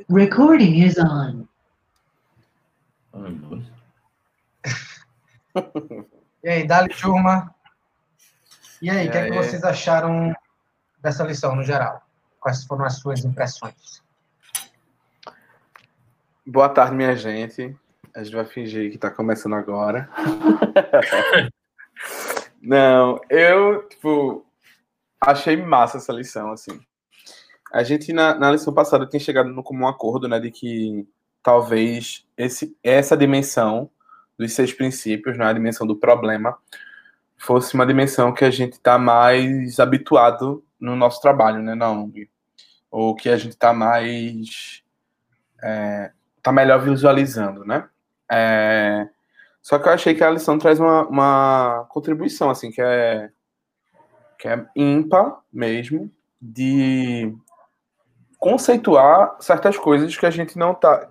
Recording is on. E aí, dali, turma. E aí, o que é que vocês acharam dessa lição, no geral? Quais foram as suas impressões? Boa tarde, minha gente. A gente vai fingir que tá começando agora. Não, eu, achei massa essa lição, assim. A gente, na lição passada, tinha chegado no comum acordo, né, de que talvez essa dimensão dos 6 princípios, né, a dimensão do problema, fosse uma dimensão que a gente está mais habituado no nosso trabalho, né, na ONG. Ou que a gente está mais... tá melhor visualizando, né? Só que eu achei que a lição traz uma contribuição, assim, que é ímpar mesmo, de conceituar certas coisas que a gente não tá...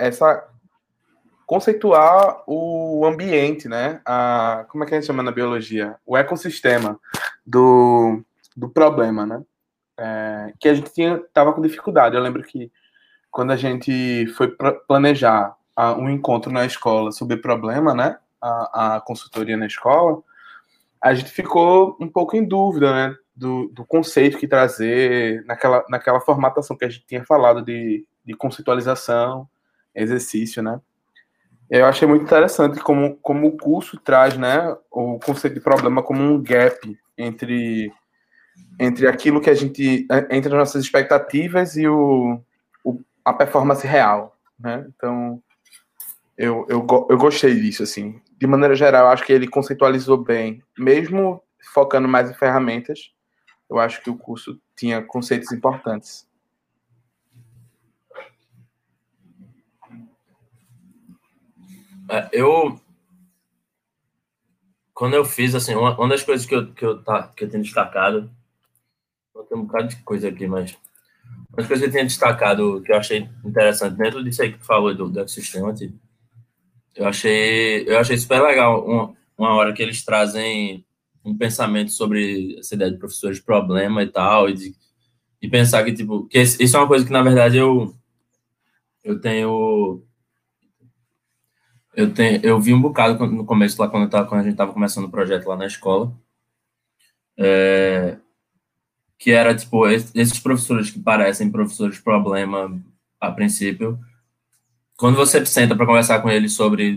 conceituar o ambiente, né? Como é que a gente chama na biologia? O ecossistema do problema, né? Que a gente tava com dificuldade. Eu lembro que quando a gente foi planejar um encontro na escola sobre problema, né? A consultoria na escola, a gente ficou um pouco em dúvida, né? Do conceito que trazer naquela formatação que a gente tinha falado de conceitualização, exercício, né? Eu achei muito interessante como o curso traz, né, o conceito de problema como um gap entre aquilo que a gente... entre as nossas expectativas e a performance real, né? Então, eu gostei disso, assim. De maneira geral, acho que ele conceitualizou bem, mesmo focando mais em ferramentas. Eu acho que o curso tinha conceitos importantes. Quando eu fiz, assim, uma das coisas que eu tenho destacado, tem um bocado de coisa aqui, mas uma das coisas que eu tenho destacado, que eu achei interessante, dentro disso aí que tu falou do ecossistema, tipo, eu achei super legal uma hora que eles trazem um pensamento sobre essa ideia de professores de problema e tal, e pensar que, tipo, que isso é uma coisa que, na verdade, eu vi um bocado no começo, lá quando a gente estava começando o projeto lá na escola, que era, tipo, esses professores que parecem professores de problema a princípio, quando você senta para conversar com eles sobre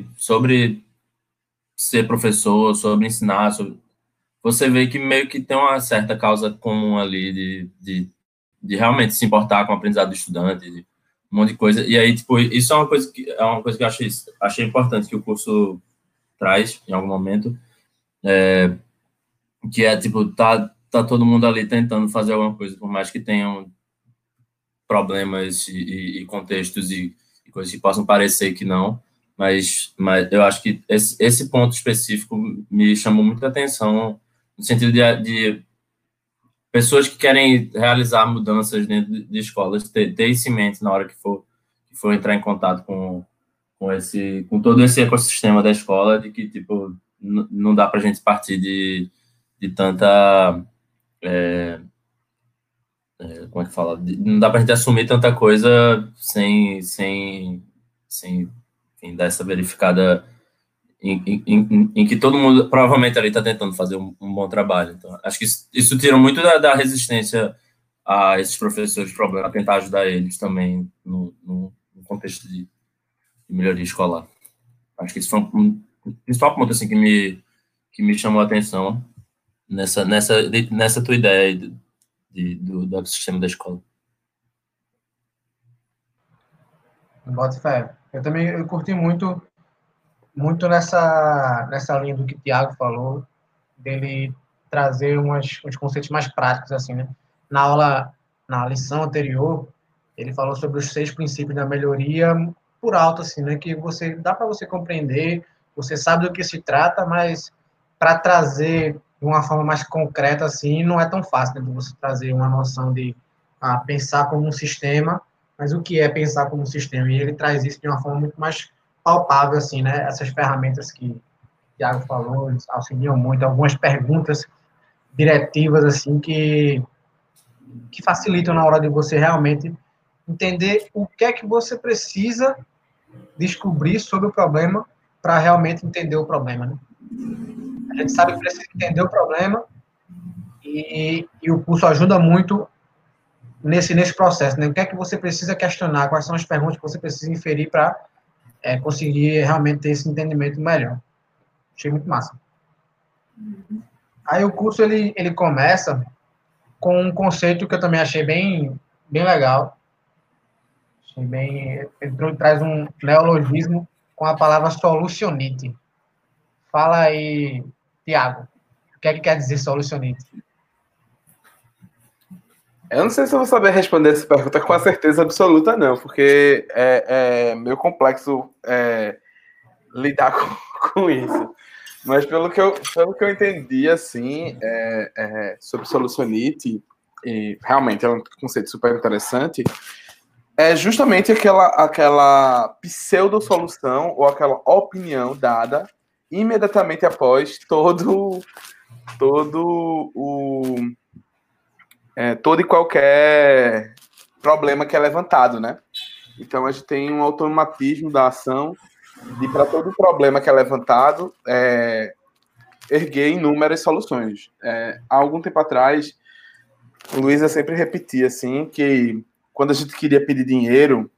ser professor, sobre ensinar, você vê que meio que tem uma certa causa comum ali de realmente se importar com o aprendizado do estudante, de um monte de coisa. E aí, tipo, isso é uma coisa que eu achei importante que o curso traz em algum momento, que é, tipo, tá todo mundo ali tentando fazer alguma coisa, por mais que tenham problemas e contextos e coisas que possam parecer que não, mas eu acho que esse ponto específico me chamou muita atenção, no sentido de pessoas que querem realizar mudanças dentro de escolas, ter isso em mente na hora que for entrar em contato com todo esse ecossistema da escola, de que, tipo, não dá para a gente partir de tanta... como é que fala? Não dá para a gente assumir tanta coisa sem enfim, dar essa verificada em que todo mundo provavelmente ali está tentando fazer um bom trabalho. Então, acho que isso tira muito da resistência a esses professores de problema, tentar ajudar eles também no contexto de melhoria escolar. Acho que isso foi um principal ponto, assim, que me chamou a atenção nessa tua ideia aí do ecossistema da escola. Bota fé. Eu também curti muito nessa linha do que o Thiago falou, dele trazer uns conceitos mais práticos, assim, né? Na lição anterior, ele falou sobre os 6 princípios da melhoria por alto, assim, né? Que dá para você compreender, você sabe do que se trata, mas para trazer de uma forma mais concreta, assim, não é tão fácil, né? De você trazer uma noção de pensar como um sistema, mas o que é pensar como um sistema? E ele traz isso de uma forma muito mais palpável, assim, né? Essas ferramentas que o Thiago falou, eles auxiliam muito. Algumas perguntas diretivas, assim, que facilitam na hora de você realmente entender o que é que você precisa descobrir sobre o problema para realmente entender o problema, né? A gente sabe que precisa entender o problema e o curso ajuda muito nesse processo, né? O que é que você precisa questionar, quais são as perguntas que você precisa inferir para conseguir realmente ter esse entendimento melhor. Achei muito massa. Aí o curso, ele começa com um conceito que eu também achei bem legal. Achei bem... Ele traz um neologismo com a palavra solucionite. Fala aí, Tiago, o que é que quer dizer solucionite? Eu não sei se eu vou saber responder essa pergunta com a certeza absoluta, não, porque é meio complexo lidar com isso. Mas pelo que eu entendi, assim, sobre solucionite, e realmente é um conceito super interessante, é justamente aquela pseudo-solução ou aquela opinião dada imediatamente após todo e qualquer problema que é levantado, né? Então, a gente tem um automatismo da ação de, para todo problema que é levantado, erguer inúmeras soluções. Há algum tempo atrás, o Luísa sempre repetia, assim, que quando a gente queria pedir dinheiro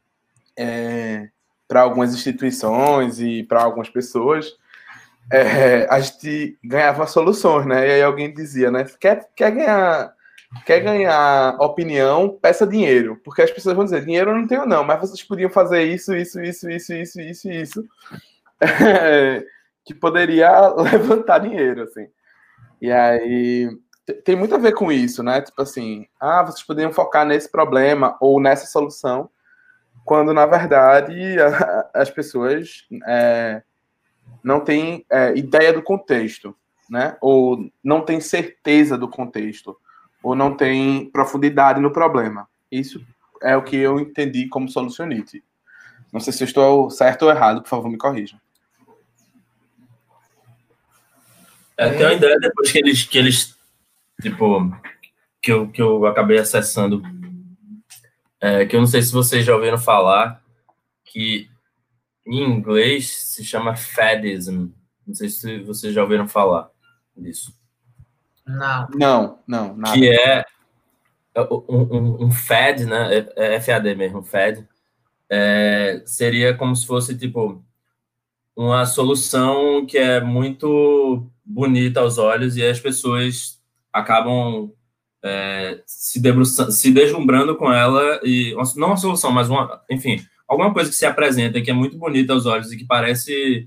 para algumas instituições e para algumas pessoas, a gente ganhava soluções, né? E aí alguém dizia, né? Quer ganhar opinião, peça dinheiro. Porque as pessoas vão dizer, dinheiro eu não tenho não, mas vocês podiam fazer isso, que poderia levantar dinheiro, assim. E aí, tem muito a ver com isso, né? Tipo assim, vocês poderiam focar nesse problema ou nessa solução, quando, na verdade, as pessoas não têm ideia do contexto, né? Ou não têm certeza do contexto, ou não tem profundidade no problema. Isso é o que eu entendi como solucionite. Não sei se eu estou certo ou errado, por favor, me corrijam. Tem uma ideia depois que eles tipo, que eu acabei acessando, que eu não sei se vocês já ouviram falar, que em inglês se chama fadism. Não sei se vocês já ouviram falar disso. Não, nada. Que é um fad, né? É FAD mesmo, fad. Seria como se fosse, tipo, uma solução que é muito bonita aos olhos e as pessoas acabam se deslumbrando com ela, e não uma solução, mas enfim, alguma coisa que se apresenta que é muito bonita aos olhos e que parece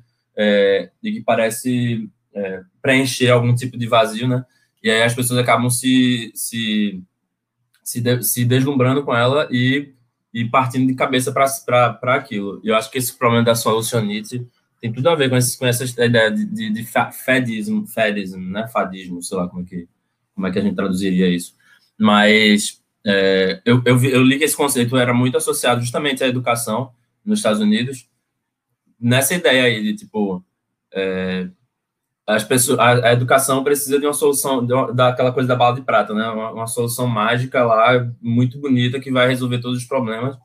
preencher algum tipo de vazio, né? E aí as pessoas acabam se deslumbrando com ela e partindo de cabeça para aquilo. E eu acho que esse problema da solucionite tem tudo a ver com essa ideia de fadismo, né? Fadismo, sei lá como é que a gente traduziria isso. Mas eu li que esse conceito era muito associado justamente à educação nos Estados Unidos, nessa ideia aí de, tipo, as pessoas, a educação precisa de uma solução, daquela coisa da bala de prata, né? Uma solução mágica lá, muito bonita, que vai resolver todos os problemas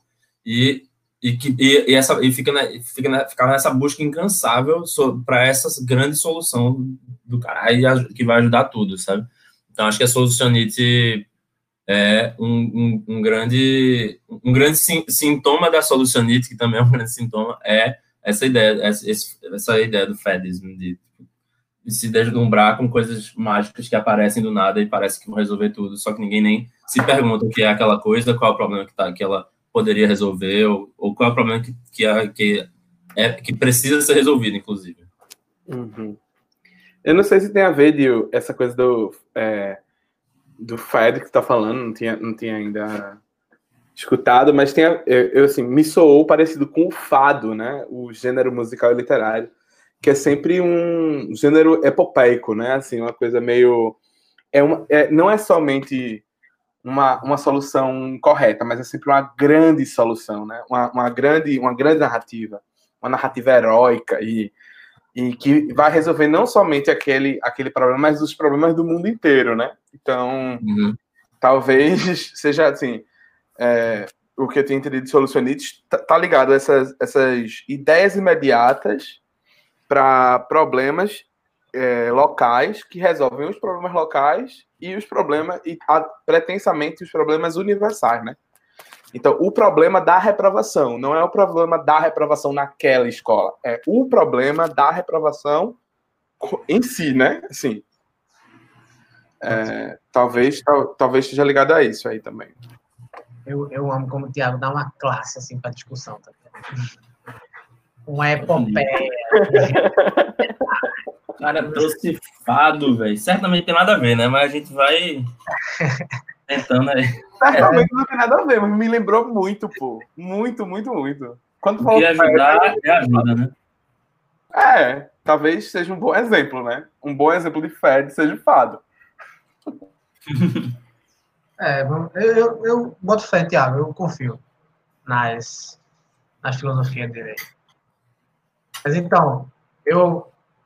ficava nessa busca incansável para essa grande solução do caralho que vai ajudar tudo, sabe? Então, acho que a solucionite é um grande sintoma da solucionite, que também é um grande sintoma, essa ideia do fadismo, de se deslumbrar com coisas mágicas que aparecem do nada e parece que vão resolver tudo, só que ninguém nem se pergunta o que é aquela coisa, qual é o problema que ela poderia resolver, ou qual é o problema que precisa ser resolvido, inclusive. Uhum. Eu não sei se tem a ver, Dio, essa coisa do fad que você tá falando, não tinha ainda escutado, mas assim, me soou parecido com o fado, né? O gênero musical e literário, que é sempre um gênero epopeico, né? Assim, uma coisa meio... não é somente uma solução correta, mas é sempre uma grande solução, né? Uma grande narrativa, uma narrativa heróica e que vai resolver não somente aquele problema, mas os problemas do mundo inteiro, né? Então, talvez seja assim, o que eu tinha entendido de solucionistas tá ligado a essas ideias imediatas para problemas locais, que resolvem os problemas locais e os problemas, pretensamente, os problemas universais, né? Então, o problema da reprovação não é o problema da reprovação naquela escola, é o problema da reprovação em si, né? Assim, talvez esteja ligado a isso aí também. Eu amo como o Thiago dá uma classe, assim, para discussão, tá ligado? Uma epopeia. Cara, trouxe fado, velho. Certamente tem nada a ver, né? Mas a gente vai tentando aí. Certamente não tem nada a ver, mas me lembrou muito, pô. Muito, muito, muito. Quando O que ajudar é ajuda, né? Talvez seja um bom exemplo, né? Um bom exemplo de fé seja o fado. Eu boto fé, Thiago, eu confio nas filosofias dele. Mas então, eu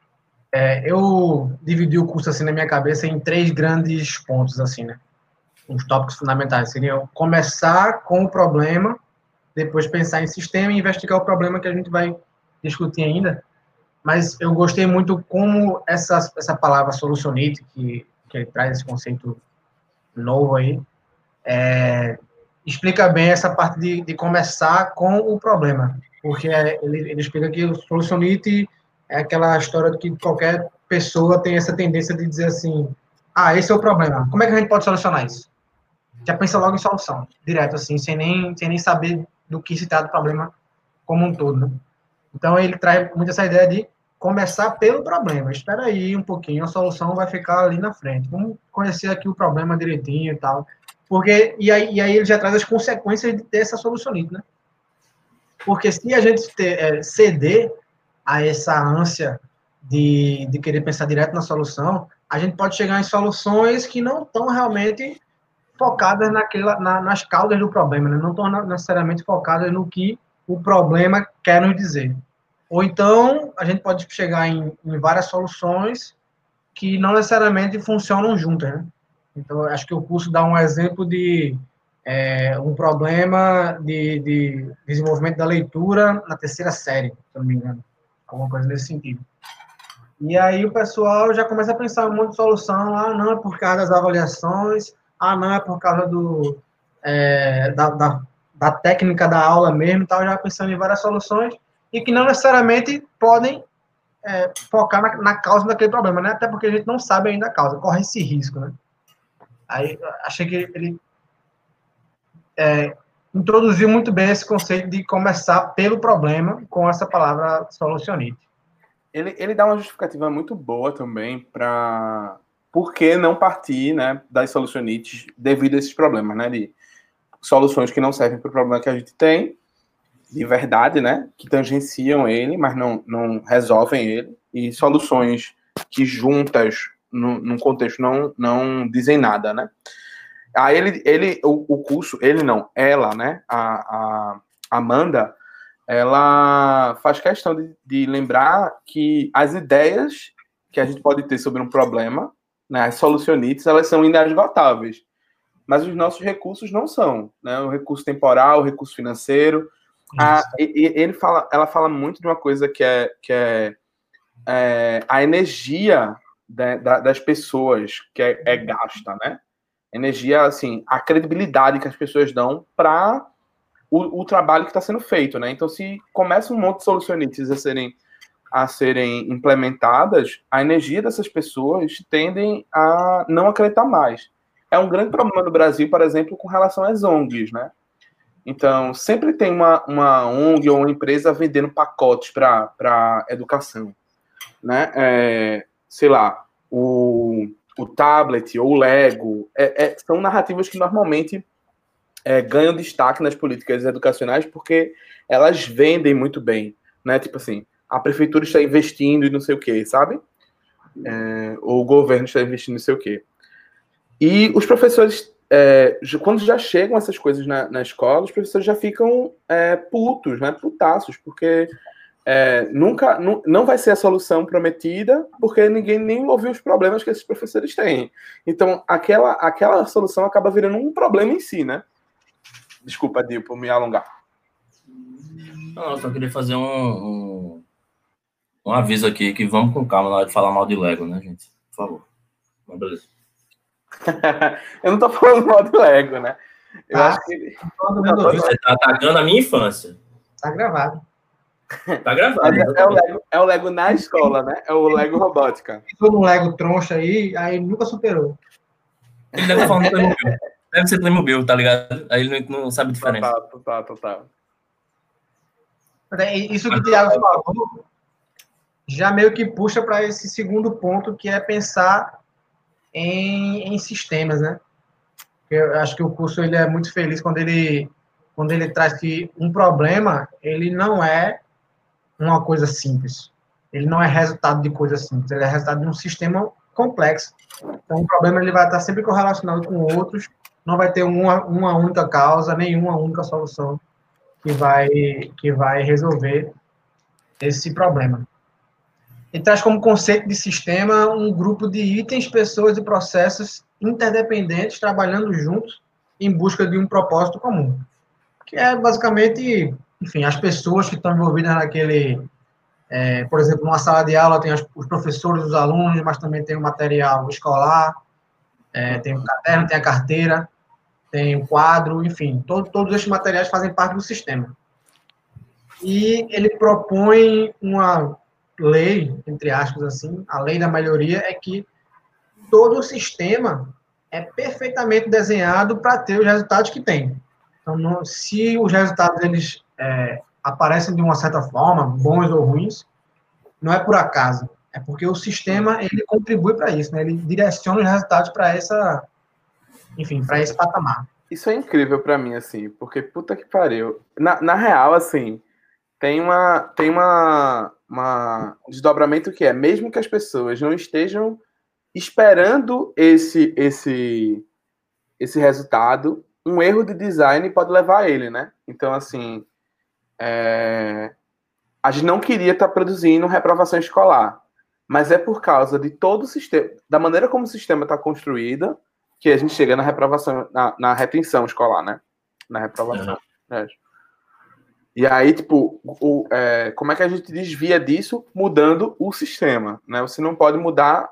dividi o curso assim na minha cabeça em 3 grandes pontos, assim, né? Os tópicos fundamentais seriam começar com o problema, depois pensar em sistema e investigar o problema que a gente vai discutir ainda. Mas eu gostei muito como essa palavra solucionite, que ele traz esse conceito novo aí, explica bem essa parte de começar com o problema, porque ele explica que o solucionite é aquela história de que qualquer pessoa tem essa tendência de dizer assim, esse é o problema, como é que a gente pode solucionar isso? Já pensa logo em solução, direto assim, sem nem saber do que se trata do problema como um todo, né? Então ele traz muito essa ideia de começar pelo problema. Espera aí um pouquinho, a solução vai ficar ali na frente. Vamos conhecer aqui o problema direitinho e tal. Porque, e aí ele já traz as consequências de ter essa solucionismo, né? Porque se a gente ceder a essa ânsia de querer pensar direto na solução, a gente pode chegar em soluções que não estão realmente focadas nas causas do problema, né? Não estão necessariamente focadas no que o problema quer nos dizer. Ou então, a gente pode chegar em várias soluções que não necessariamente funcionam juntas, né? Então, acho que o curso dá um exemplo de um problema de desenvolvimento da leitura na 3ª série, se eu não me engano. Alguma coisa nesse sentido. E aí o pessoal já começa a pensar em um monte de solução. Não é por causa das avaliações. Não é por causa da técnica da aula mesmo. Já pensando em várias soluções e que não necessariamente podem focar na causa daquele problema, né? Até porque a gente não sabe ainda a causa, corre esse risco, né? Aí achei que ele introduziu muito bem esse conceito de começar pelo problema com essa palavra solucionite. Ele dá uma justificativa muito boa também para por que não partir, né, das solucionites devido a esses problemas, né, de soluções que não servem para o problema que a gente tem, de verdade, né, que tangenciam ele, mas não resolvem ele, e soluções que juntas, num contexto, não dizem nada, né. Aí o curso, ela, né, a Amanda, ela faz questão de lembrar que as ideias que a gente pode ter sobre um problema, né, as solucionites, elas são inesgotáveis, mas os nossos recursos não são, né, o recurso temporal, o recurso financeiro. Ela fala muito de uma coisa que é a energia das pessoas que é gasta, né? Energia, assim, a credibilidade que as pessoas dão para o trabalho que está sendo feito, né? Então, se começa um monte de solucionistas a serem implementadas, a energia dessas pessoas tendem a não acreditar mais. É um grande problema no Brasil, por exemplo, com relação às ONGs, né? Então, sempre tem uma ONG ou uma empresa vendendo pacotes para educação, né? Sei lá, o tablet ou o Lego, são narrativas que normalmente ganham destaque nas políticas educacionais porque elas vendem muito bem, né? Tipo assim, a prefeitura está investindo e não sei o quê, sabe? Ou o governo está investindo em não sei o quê. E os professores, quando já chegam essas coisas na escola, os professores já ficam putos, né? Putaços, porque não vai ser a solução prometida, porque ninguém nem ouviu os problemas que esses professores têm. Então, aquela solução acaba virando um problema em si, né? Desculpa, Dio, por me alongar. Não, eu só queria fazer um aviso aqui, que vamos com calma na hora de falar mal de Lego, né, gente? Por favor. Mas beleza. Eu não tô falando mal do Lego, né? Eu Tá. acho que... Todo mundo ouviu. Você tá atacando a minha infância. Tá gravado. Tá gravado. Mas é o Lego na escola, né? É o Lego robótica. Todo um Lego troncha aí nunca superou. Ele deve estar falando Playmobil. Deve ser Playmobil, tá ligado? Aí ele não sabe a diferença. Total. Isso que o Thiago falou já meio que puxa para esse segundo ponto, que é pensar em sistemas, né? Eu acho que o curso ele é muito feliz quando ele traz que um problema ele não é uma coisa simples. Ele não é resultado de coisa simples. Ele é resultado de um sistema complexo. Então, o problema ele vai estar sempre correlacionado com outros. Não vai ter uma única causa, nenhuma única solução que vai resolver esse problema. Ele traz como conceito de sistema um grupo de itens, pessoas e processos interdependentes trabalhando juntos em busca de um propósito comum. Que é basicamente, enfim, as pessoas que estão envolvidas naquele... por exemplo, numa sala de aula tem os professores, os alunos, mas também tem o material escolar, tem o caderno, tem a carteira, tem o quadro, enfim, todos esses materiais fazem parte do sistema. E ele propõe uma lei, entre aspas, assim, a lei da maioria é que todo o sistema é perfeitamente desenhado para ter os resultados que tem. Então, se os resultados eles aparecem de uma certa forma, bons ou ruins, não é por acaso, é porque o sistema ele contribui para isso, né? Ele direciona os resultados para para esse patamar. Isso é incrível para mim, assim, porque puta que pariu. Na real, assim, tem um desdobramento que é, mesmo que as pessoas não estejam esperando esse resultado, um erro de design pode levar a ele, né? Então, assim, a gente não queria estar produzindo reprovação escolar, mas é por causa de todo o sistema, da maneira como o sistema está construído, que a gente chega na reprovação, na retenção escolar, né? Na reprovação. Uhum. E aí, tipo, como é que a gente desvia disso? Mudando o sistema, né? Você não pode mudar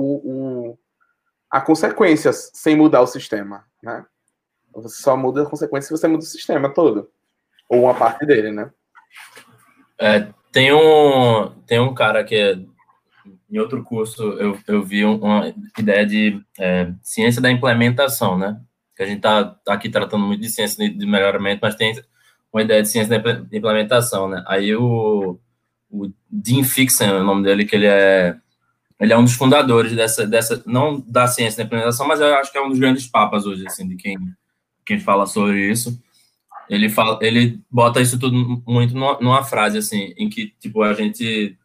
a consequência sem mudar o sistema, né? Você só muda a consequência se você muda o sistema todo. Ou uma parte dele, né? Tem um cara que em outro curso eu vi uma ideia de ciência da implementação, né? Que a gente tá aqui tratando muito de ciência de melhoramento, mas tem uma ideia de ciência da implementação, né? Aí o Dean Fixen, é o nome dele, que ele é um dos fundadores dessa não da ciência da implementação, mas eu acho que é um dos grandes papas hoje, assim, de quem fala sobre isso. Ele bota isso tudo muito numa frase, assim, em que, tipo, a gente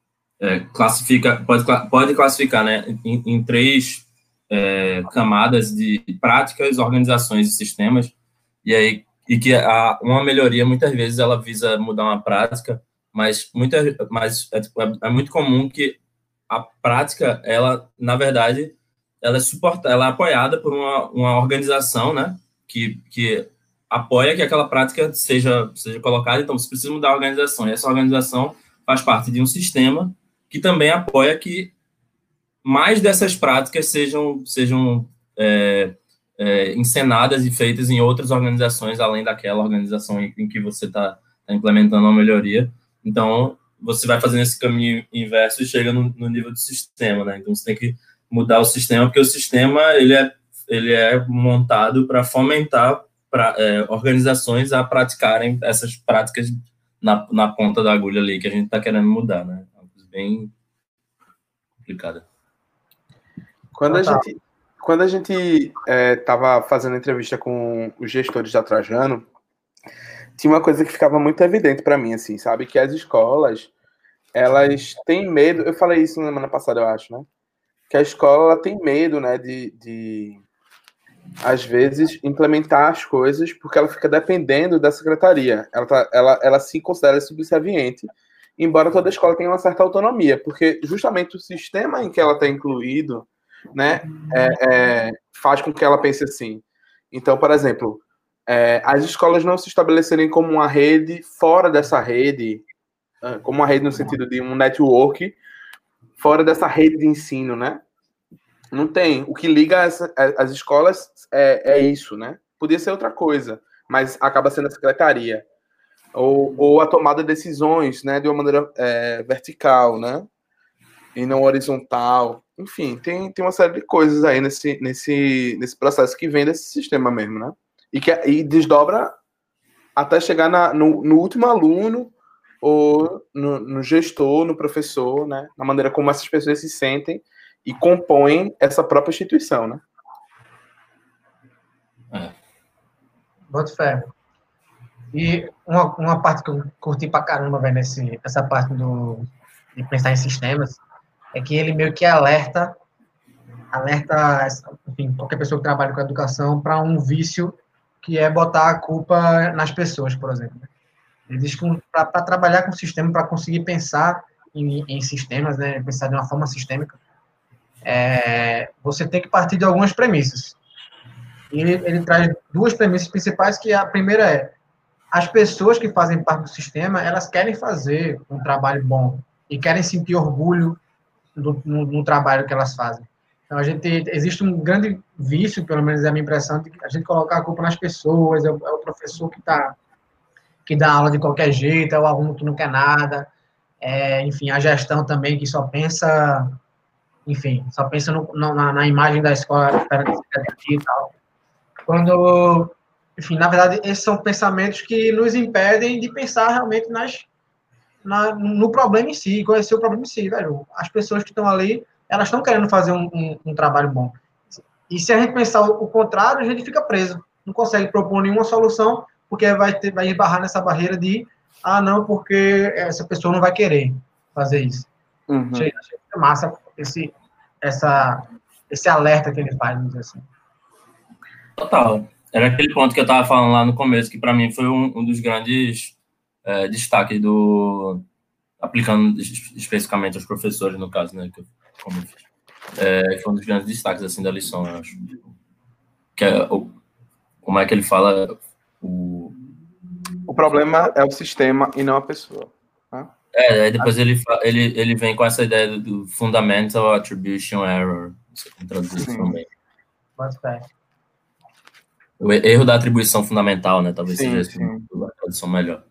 pode classificar, né, em três camadas de práticas, organizações e sistemas, e que uma melhoria, muitas vezes, ela visa mudar uma prática, mas é muito comum que a prática, ela, na verdade, ela é apoiada por uma organização, né, que apoia que aquela prática seja colocada. Então, você precisa mudar a organização, e essa organização faz parte de um sistema que também apoia que mais dessas práticas sejam encenadas e feitas em outras organizações, além daquela organização em que você está implementando uma melhoria. Então, você vai fazendo esse caminho inverso e chega no nível do sistema, né? Então, você tem que mudar o sistema, porque o sistema ele é montado para fomentar organizações a praticarem essas práticas na ponta da agulha ali que a gente está querendo mudar, né? É uma coisa bem complicada. Quando a gente estava fazendo entrevista com os gestores da Trajano, tinha uma coisa que ficava muito evidente para mim, assim, sabe? Que as escolas, elas têm medo, eu falei isso na semana passada, eu acho, né? Que a escola tem medo, né, de às vezes, implementar as coisas porque ela fica dependendo da secretaria. Ela se considera subserviente, embora toda escola tenha uma certa autonomia, porque justamente o sistema em que ela está incluído, né, faz com que ela pense assim. Então, por exemplo, as escolas não se estabelecerem como uma rede fora dessa rede, como uma rede no sentido de um network, fora dessa rede de ensino, né? Não tem. O que liga as escolas é isso, né? Podia ser outra coisa, mas acaba sendo a secretaria. Ou a tomada de decisões, né? De uma maneira vertical, né? E não horizontal. Enfim, tem uma série de coisas aí nesse processo que vem desse sistema mesmo, né? E desdobra até chegar no último aluno, ou no gestor, no professor, né? Na maneira como essas pessoas se sentem e compõem essa própria instituição, né? Boto fé. E uma parte que eu curti pra caramba, velho, essa parte de pensar em sistemas, é que ele meio que alerta, enfim, qualquer pessoa que trabalha com educação para um vício que é botar a culpa nas pessoas, por exemplo. Ele diz que para trabalhar com o sistema, para conseguir pensar em sistemas, né, pensar de uma forma sistêmica, você tem que partir de algumas premissas. E ele traz duas premissas principais, que a primeira é: as pessoas que fazem parte do sistema, elas querem fazer um trabalho bom e querem sentir orgulho no trabalho que elas fazem. Então, existe um grande vício, pelo menos é a minha impressão, de a gente colocar a culpa nas pessoas, é o professor que dá aula de qualquer jeito, é o aluno que não quer nada, enfim, a gestão também que só pensa, enfim, só pensa na imagem da escola e tal. Quando, enfim, na verdade, esses são pensamentos que nos impedem de pensar realmente no problema em si, conhecer o problema em si, velho. As pessoas que estão ali, elas estão querendo fazer um trabalho bom. E se a gente pensar o contrário, a gente fica preso. Não consegue propor nenhuma solução, porque vai esbarrar nessa barreira de, não, porque essa pessoa não vai querer fazer isso. Uhum. Achei massa esse alerta que ele faz, vamos dizer assim. Total. Era aquele ponto que eu estava falando lá no começo, que para mim foi um dos grandes destaques aplicando especificamente aos professores, no caso, né, como eu fiz. Foi um dos grandes destaques, assim, da lição, eu acho. Que como é que ele fala? O problema é o sistema e não a pessoa. Tá? Aí depois ele vem com essa ideia do Fundamental Attribution Error. Você tem traduzido também. Pode ser. O erro da atribuição fundamental, né? Talvez seja a tradução melhor.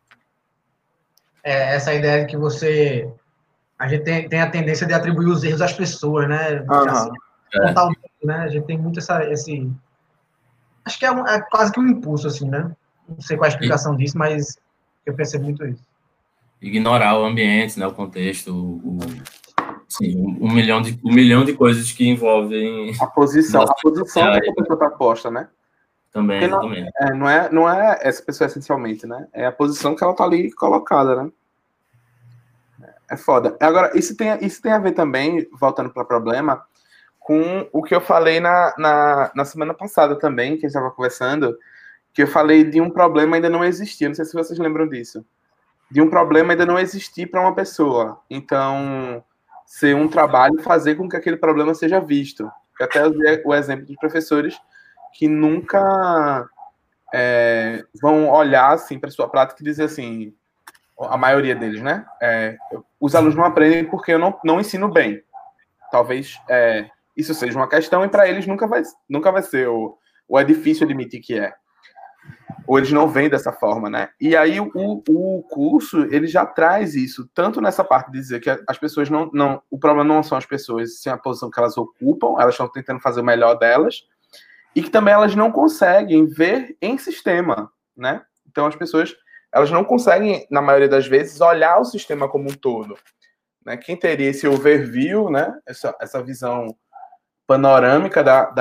Essa ideia de que a gente tem a tendência de atribuir os erros às pessoas, né? Assim, né? A gente tem muito esse... Acho que é quase que um impulso, assim, né? Não sei qual é a explicação disso, mas eu percebo muito isso. Ignorar o ambiente, né? O contexto, sim, um milhão de coisas que envolvem... A posição que a pessoa está posta, né? Também, exatamente. Não é essa pessoa essencialmente, né? É a posição que ela tá ali colocada, né? É foda. Agora, isso tem a ver também, voltando para o problema, com o que eu falei na semana passada também, que a gente estava conversando, que eu falei de um problema ainda não existir. Não sei se vocês lembram disso. De um problema ainda não existir para uma pessoa. Então, ser um trabalho fazer com que aquele problema seja visto. Eu até usei o exemplo dos professores que nunca vão olhar assim para sua prática e dizer assim, a maioria deles, né? Os alunos não aprendem porque eu não ensino bem. Talvez isso seja uma questão e para eles nunca vai ser, ou é difícil admitir que é. Ou eles não veem dessa forma, né? E aí o curso, ele já traz isso, tanto nessa parte de dizer que as pessoas o problema não são as pessoas, sim a posição que elas ocupam, elas estão tentando fazer o melhor delas, e que também elas não conseguem ver em sistema, né? Então, as pessoas, elas não conseguem, na maioria das vezes, olhar o sistema como um todo. Né? Quem teria esse overview, né? Essa visão panorâmica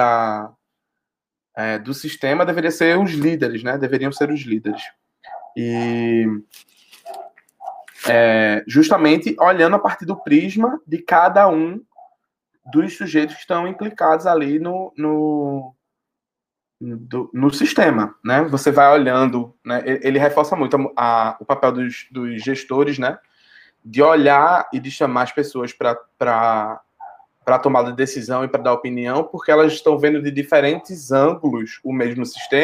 do sistema deveria ser os líderes, né? Deveriam ser os líderes. E justamente olhando a partir do prisma de cada um dos sujeitos que estão implicados ali no sistema, né? Você vai olhando, né? Ele reforça muito o papel dos gestores, né? De olhar e de chamar as pessoas para a tomada de decisão e para dar opinião, porque elas estão vendo de diferentes ângulos o mesmo sistema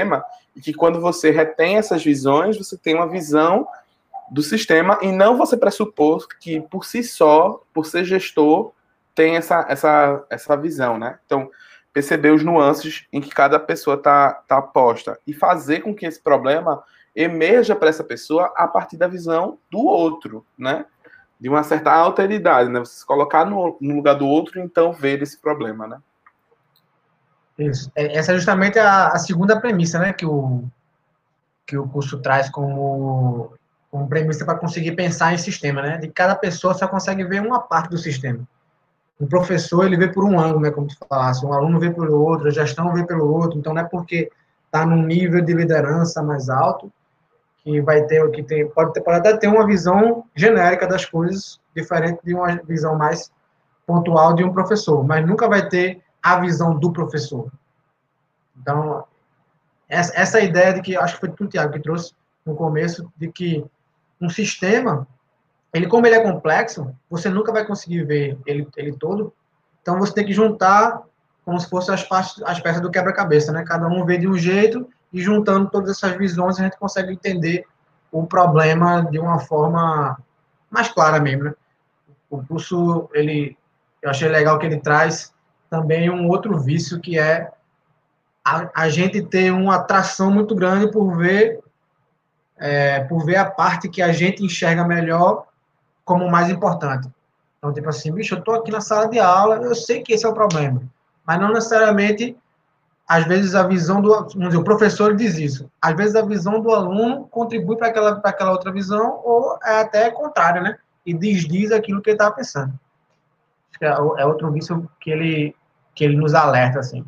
e que quando você retém essas visões, você tem uma visão do sistema e não você pressupor que, por si só, por ser gestor, tem essa visão, né? Então, perceber os nuances em que cada pessoa tá posta e fazer com que esse problema emerja para essa pessoa a partir da visão do outro, né? De uma certa alteridade, né? Você se colocar no lugar do outro e então ver esse problema, né? Isso. Essa é justamente a segunda premissa, né, que o curso traz como premissa para conseguir pensar em sistema, né? De cada pessoa só consegue ver uma parte do sistema. O professor, ele vê por um ângulo, né, como tu falasse, um aluno vê pelo outro, a gestão vê pelo outro, então não é porque está num nível de liderança mais alto que vai ter o que tem, pode até ter uma visão genérica das coisas, diferente de uma visão mais pontual de um professor, mas nunca vai ter a visão do professor. Então, essa ideia de que, acho que foi o Tiago que trouxe no começo, de que um sistema, como ele é complexo, você nunca vai conseguir ver ele todo, então você tem que juntar como se fossem as peças do quebra-cabeça, né? Cada um vê de um jeito e juntando todas essas visões a gente consegue entender o problema de uma forma mais clara mesmo, né? O curso, eu achei legal que ele traz também um outro vício que é a gente ter uma atração muito grande por ver a parte que a gente enxerga melhor como mais importante. Então, tipo assim, bicho, eu estou aqui na sala de aula, eu sei que esse é o problema, mas não necessariamente, às vezes, a visão vamos dizer, o professor diz isso, às vezes a visão do aluno contribui para aquela outra visão, ou é até contrário, né? E desdiz aquilo que ele estava pensando. Acho que é outro vício que ele nos alerta, assim.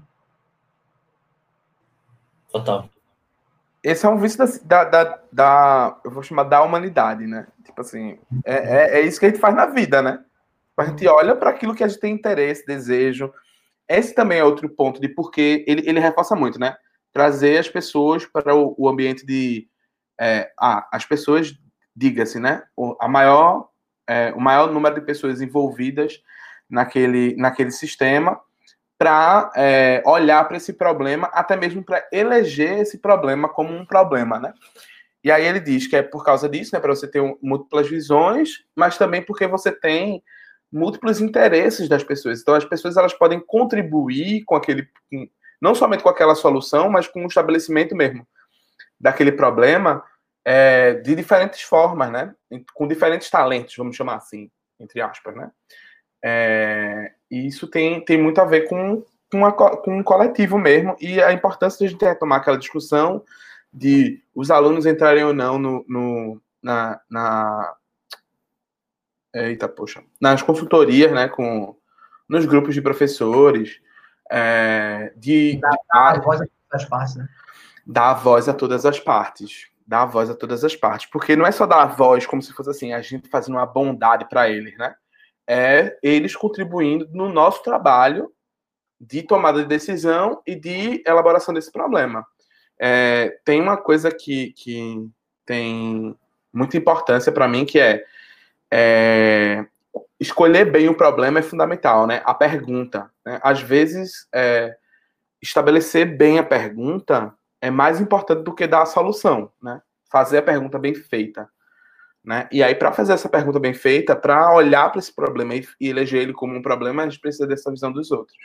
Total. Esse é um vício eu vou chamar da humanidade, né? Tipo assim, é isso que a gente faz na vida, né? A gente olha para aquilo que a gente tem interesse, desejo. Esse também é outro ponto de porque ele reforça muito, né? Trazer as pessoas para o ambiente de... as pessoas, diga-se, né? O maior número de pessoas envolvidas naquele sistema para olhar para esse problema, até mesmo para eleger esse problema como um problema, né? E aí ele diz que é por causa disso, né, para você ter múltiplas visões, mas também porque você tem múltiplos interesses das pessoas. Então as pessoas elas podem contribuir com não somente com aquela solução, mas com o estabelecimento mesmo daquele problema de diferentes formas, né? Com diferentes talentos, vamos chamar assim, entre aspas, né? E isso tem muito a ver com um coletivo mesmo, e a importância de a gente retomar aquela discussão de os alunos entrarem ou não nas consultorias, né, nos grupos de professores, Dar voz a todas as partes, né? Dar voz a todas as partes. Dar voz a todas as partes. Porque não é só dar voz como se fosse assim, a gente fazendo uma bondade para eles, né? É eles contribuindo no nosso trabalho de tomada de decisão e de elaboração desse problema. Tem uma coisa que tem muita importância para mim, que escolher bem o problema é fundamental, né? A pergunta, né? Às vezes, estabelecer bem a pergunta é mais importante do que dar a solução, né? Fazer a pergunta bem feita. Né? E aí, para fazer essa pergunta bem feita, para olhar para esse problema e eleger ele como um problema, a gente precisa dessa visão dos outros.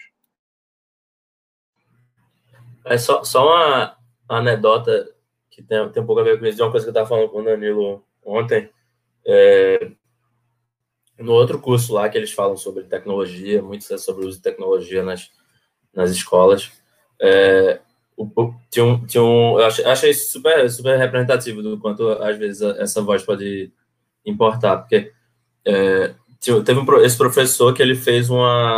Só uma anedota que tem um pouco a ver com isso, de uma coisa que eu estava falando com o Danilo ontem. No outro curso lá que eles falam sobre tecnologia, muito sobre o uso de tecnologia nas escolas, eu achei super, super representativo do quanto, às vezes, essa voz pode importar, porque teve esse professor que ele fez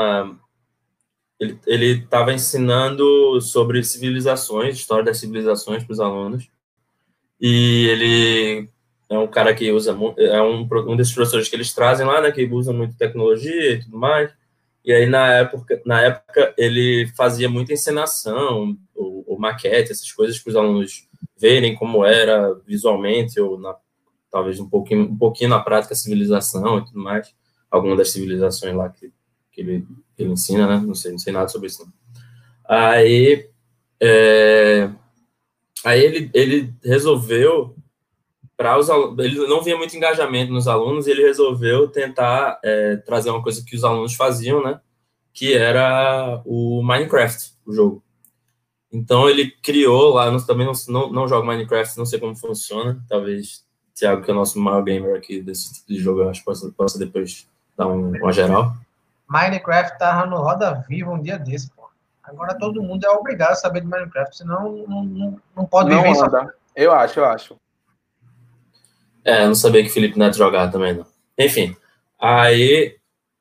ele estava ensinando sobre civilizações, história das civilizações para os alunos, e ele é um cara que usa, um desses professores que eles trazem lá, né, que usa muito tecnologia e tudo mais. E aí, na época, ele fazia muita encenação, ou maquete, essas coisas para os alunos verem como era visualmente, ou talvez um pouquinho na prática a civilização e tudo mais. Alguma das civilizações lá que ele ensina, né? Não sei nada sobre isso, não. Aí, Aí ele resolveu, ele não via muito engajamento nos alunos, e ele resolveu tentar trazer uma coisa que os alunos faziam, né? Que era o Minecraft, o jogo. Então ele criou lá, eu também não jogo Minecraft, não sei como funciona, talvez Thiago, que é o nosso maior gamer aqui desse tipo de jogo, eu acho que possa depois dar uma geral. Minecraft tava no Roda Viva um dia desse, pô. Agora todo mundo é obrigado a saber de Minecraft, senão não pode viver Não anda. Eu acho. Eu não sabia que Felipe Neto jogava também, não. Enfim, aí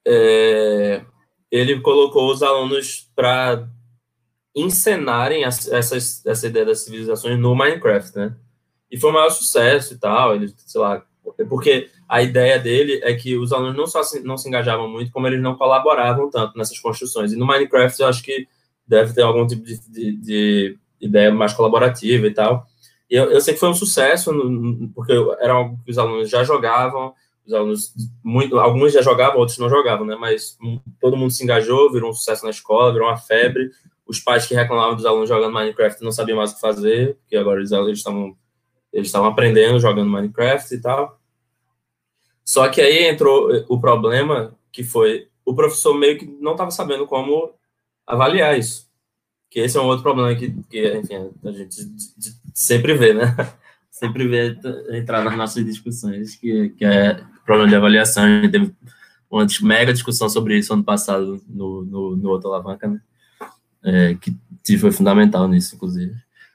ele colocou os alunos para encenarem essa ideia das civilizações no Minecraft, né? E foi o maior sucesso e tal, ele, sei lá, porque a ideia dele é que os alunos não só não se engajavam muito, como eles não colaboravam tanto nessas construções. E no Minecraft eu acho que deve ter algum tipo de ideia mais colaborativa e tal. E eu sei que foi um sucesso, porque era algo que os alunos já jogavam, alguns já jogavam, outros não jogavam, né? Mas todo mundo se engajou, virou um sucesso na escola, virou uma febre. Os pais que reclamavam dos alunos jogando Minecraft não sabiam mais o que fazer, porque agora eles estavam aprendendo jogando Minecraft e tal. Só que aí entrou o problema, que foi o professor meio que não estava sabendo como avaliar isso. Que esse é um outro problema que enfim, a gente sempre vê, né? Sempre vê entrar nas nossas discussões, que é problema de avaliação. A gente teve uma mega discussão sobre isso ano passado no Outra Alavanca, né? Que foi fundamental nisso, inclusive.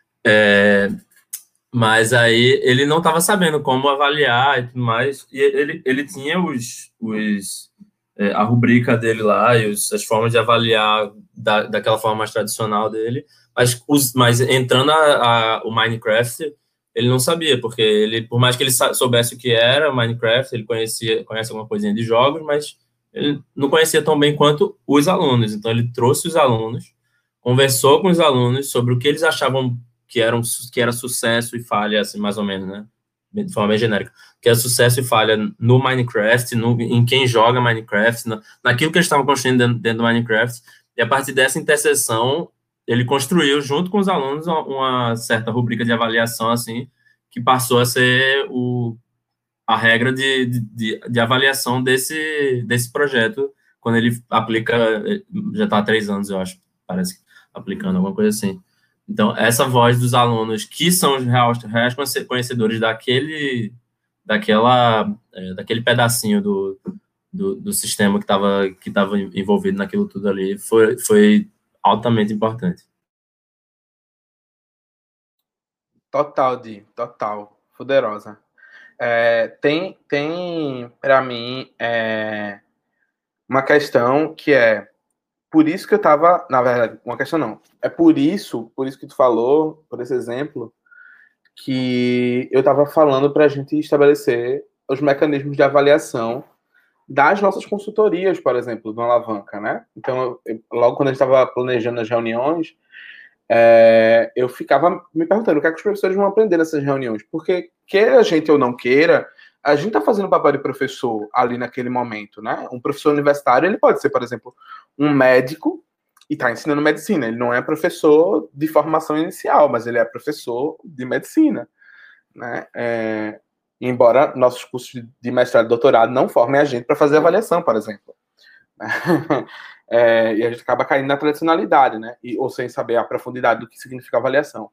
Mas aí ele não estava sabendo como avaliar e tudo mais, e ele tinha a rubrica dele lá e as formas de avaliar daquela forma mais tradicional dele, mas entrando o Minecraft, ele não sabia, porque ele, por mais que ele soubesse o que era o Minecraft, ele conhece alguma coisinha de jogos, mas ele não conhecia tão bem quanto os alunos. Então ele trouxe os alunos, conversou com os alunos sobre o que eles achavam que era sucesso e falha, assim, mais ou menos, né? De forma bem genérica. Que é sucesso e falha no Minecraft, em quem joga Minecraft, naquilo que eles estavam construindo dentro do Minecraft. E a partir dessa interseção, ele construiu, junto com os alunos, uma certa rubrica de avaliação, assim, que passou a ser a regra de avaliação desse projeto, quando ele aplica, já está há 3 anos, eu acho, parece, aplicando alguma coisa assim. Então, essa voz dos alunos, que são os reais conhecedores daquele pedacinho do sistema que estava envolvido naquilo tudo ali, foi altamente importante. Total, poderosa. Tem para mim, uma questão que é, por isso que eu tava, na verdade, uma questão não, é por isso que tu falou, por esse exemplo, que eu tava falando para a gente estabelecer os mecanismos de avaliação das nossas consultorias, por exemplo, do Alavanca, né? Então, logo quando a gente estava planejando as reuniões, eu ficava me perguntando o que é que os professores vão aprender nessas reuniões, porque queira a gente ou não queira, a gente está fazendo o papel de professor ali naquele momento, né? Um professor universitário, ele pode ser, por exemplo, um médico e está ensinando medicina. Ele não é professor de formação inicial, mas ele é professor de medicina, né? Embora nossos cursos de mestrado e doutorado não formem a gente para fazer avaliação, por exemplo. E a gente acaba caindo na tradicionalidade, né? Ou sem saber a profundidade do que significa avaliação.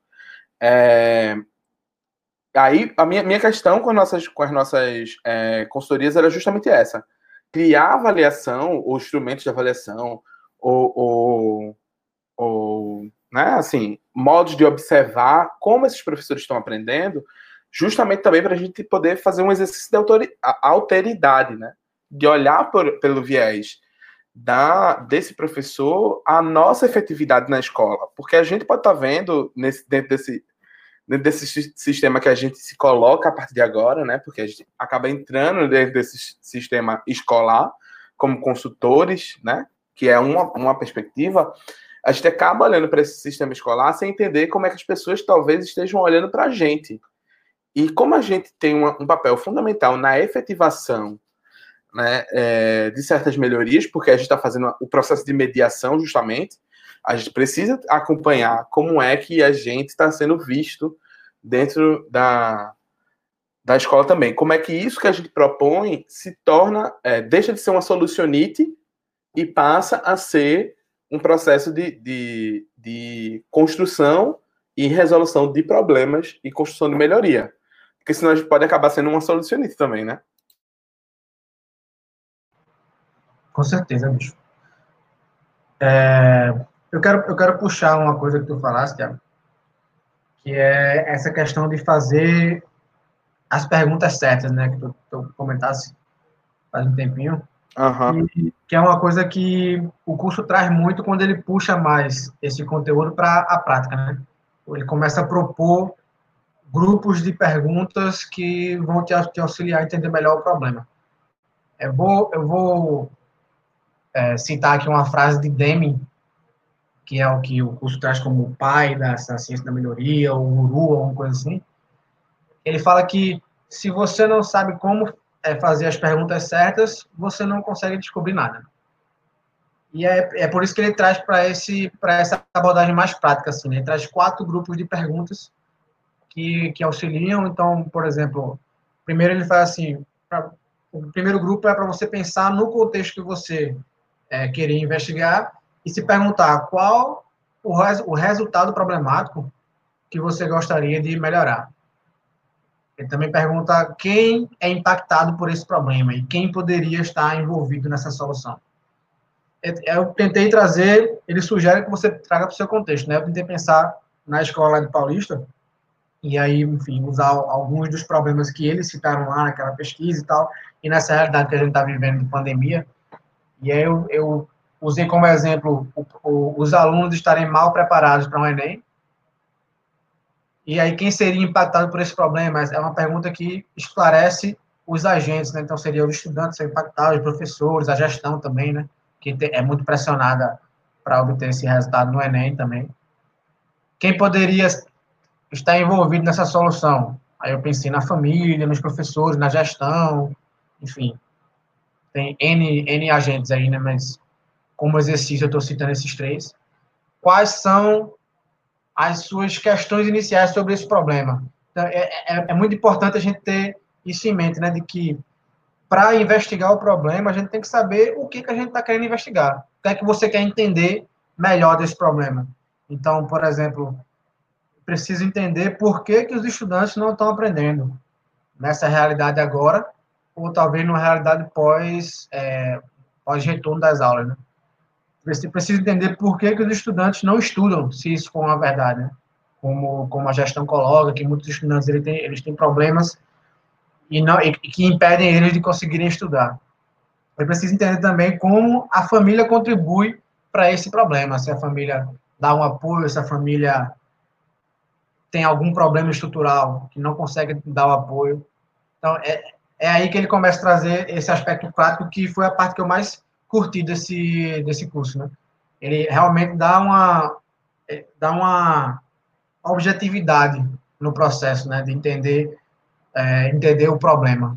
Aí, a minha questão com as nossas consultorias era justamente essa. Criar avaliação, ou instrumentos de avaliação, ou né, assim, modos de observar como esses professores estão aprendendo, justamente também para a gente poder fazer um exercício de alteridade, né? De olhar pelo viés desse professor a nossa efetividade na escola. Porque a gente pode estar vendo dentro desse sistema que a gente se coloca a partir de agora, né? Porque a gente acaba entrando dentro desse sistema escolar como consultores, né? Que é uma perspectiva. A gente acaba olhando para esse sistema escolar sem entender como é que as pessoas talvez estejam olhando para a gente. E como a gente tem um papel fundamental na efetivação, né, de certas melhorias, porque a gente está fazendo o processo de mediação, justamente, A gente precisa acompanhar como é que a gente está sendo visto dentro da escola também. Como é que isso que a gente propõe se torna, deixa de ser uma solucionite e passa a ser um processo de construção e resolução de problemas e construção de melhoria. Porque senão a gente pode acabar sendo uma solucionista também, né? Com certeza, bicho. Eu quero puxar uma coisa que tu falaste, Thiago, que é essa questão de fazer as perguntas certas, né? Que tu comentasse faz um tempinho. Uhum. Que é uma coisa que o curso traz muito quando ele puxa mais esse conteúdo para a prática, né? Ele começa a propor grupos de perguntas que vão te auxiliar a entender melhor o problema. Eu vou citar aqui uma frase de Deming, que é o que o curso traz como o pai da ciência da melhoria, ou guru, ou alguma coisa assim. Ele fala que se você não sabe como fazer as perguntas certas, você não consegue descobrir nada. E é por isso que ele traz para essa abordagem mais prática, assim, né? Ele traz 4 grupos de perguntas que auxiliam. Então, por exemplo, primeiro ele faz assim, o primeiro grupo é para você pensar no contexto que você querer investigar e se perguntar qual o resultado problemático que você gostaria de melhorar. Ele também pergunta quem é impactado por esse problema e quem poderia estar envolvido nessa solução. Eu tentei trazer, ele sugere que você traga para o seu contexto, né? Eu tentei pensar na escola de Paulista, e aí, enfim, usar alguns dos problemas que eles citaram lá naquela pesquisa e tal, e nessa realidade que a gente está vivendo de pandemia. E aí eu usei como exemplo os alunos estarem mal preparados para um Enem. E aí, quem seria impactado por esse problema? É uma pergunta que esclarece os agentes, né? Então, seria os estudantes serem impactados, os professores, a gestão também, né? Que é muito pressionada para obter esse resultado no Enem também. Quem poderia estar envolvido nessa solução? Aí eu pensei na família, nos professores, na gestão, enfim. Tem N agentes aí, né? Mas como exercício eu estou citando esses 3. Quais são as suas questões iniciais sobre esse problema? Então, é muito importante a gente ter isso em mente, né? De que para investigar o problema, a gente tem que saber o que a gente está querendo investigar. O que é que você quer entender melhor desse problema. Então, por exemplo, preciso entender por que os estudantes não estão aprendendo nessa realidade agora, ou talvez numa realidade pós-retorno das aulas, né? Você precisa entender por que os estudantes não estudam, se isso for uma verdade, né? Como a gestão coloca, que muitos estudantes eles têm problemas e que impedem eles de conseguirem estudar. Eu preciso entender também como a família contribui para esse problema, se a família dá um apoio, se a família tem algum problema estrutural que não consegue dar o apoio. Então, é aí que ele começa a trazer esse aspecto prático, que foi a parte que eu mais curti desse curso, né? Ele realmente dá uma objetividade no processo, né, de entender o problema.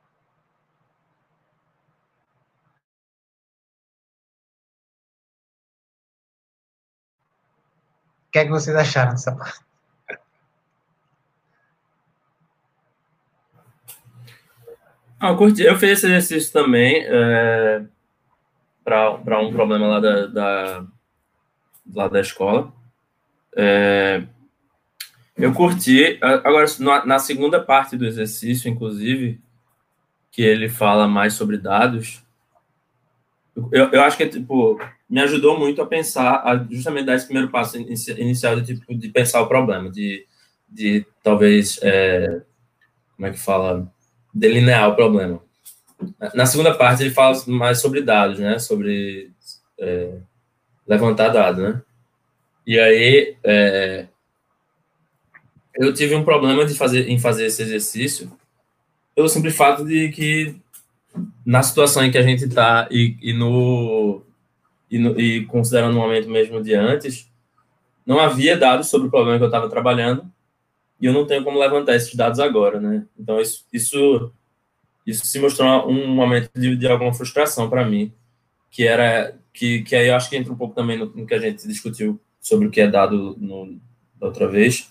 O que é que vocês acharam dessa parte? Eu curti, eu fiz esse exercício também para um problema lá da escola. Eu curti. Agora, na segunda parte do exercício, inclusive, que ele fala mais sobre dados, eu acho que tipo, me ajudou muito a pensar, justamente dar esse primeiro passo inicial de pensar o problema, de talvez, como é que fala, delinear o problema. Na segunda parte, ele fala mais sobre dados, né? Sobre levantar dados, né? E aí, eu tive um problema em fazer esse exercício pelo simples fato de que, na situação em que a gente está e considerando o momento mesmo de antes, não havia dados sobre o problema que eu estava trabalhando e eu não tenho como levantar esses dados agora, né? Então, isso se mostrou um momento de alguma frustração para mim, que era que aí eu acho que entra um pouco também no que a gente discutiu sobre o que é dado da outra vez,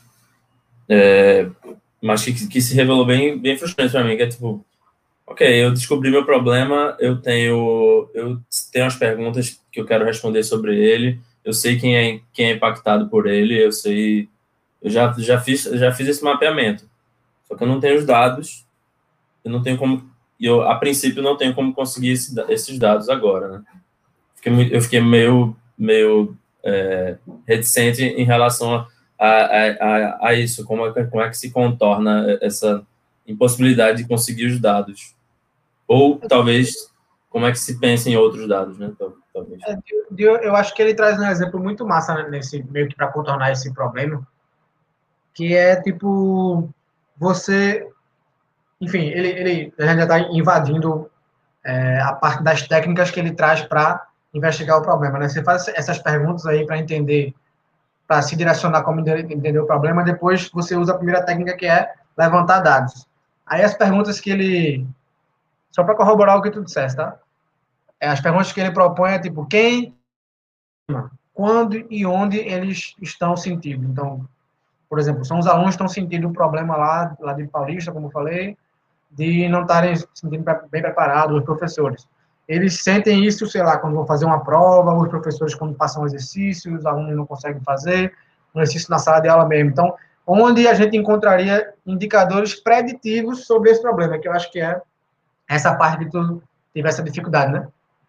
mas que se revelou bem, bem frustrante para mim, que é tipo, ok, eu descobri meu problema, eu tenho as perguntas que eu quero responder sobre ele, eu sei quem é impactado por ele, eu já fiz esse mapeamento, só que eu não tenho os dados, eu não tenho como, a princípio não tenho como conseguir esses dados agora, né? Eu fiquei meio reticente em relação a isso, como é que se contorna essa impossibilidade de conseguir os dados. Ou, talvez, como é que se pensa em outros dados, né? Talvez. Eu acho que ele traz um exemplo muito massa, né, meio que para contornar esse problema, que é, tipo, você... Enfim, a gente já está invadindo a parte das técnicas que ele traz para investigar o problema, né? Você faz essas perguntas aí para entender, para se direcionar como entender o problema, depois você usa a primeira técnica, que é levantar dados. Aí as perguntas que ele... Só para corroborar o que tu disseste, tá? As perguntas que ele propõe é tipo, quem, quando e onde eles estão sentindo. Então, por exemplo, são os alunos que estão sentindo um problema lá de Paulista, como eu falei, de não estarem se sentindo bem preparados, os professores. Eles sentem isso, sei lá, quando vão fazer uma prova, os professores quando passam um exercício, os alunos não conseguem fazer, um exercício na sala de aula mesmo. Então, onde a gente encontraria indicadores preditivos sobre esse problema, que eu acho que é essa parte que tu tive essa dificuldade, né?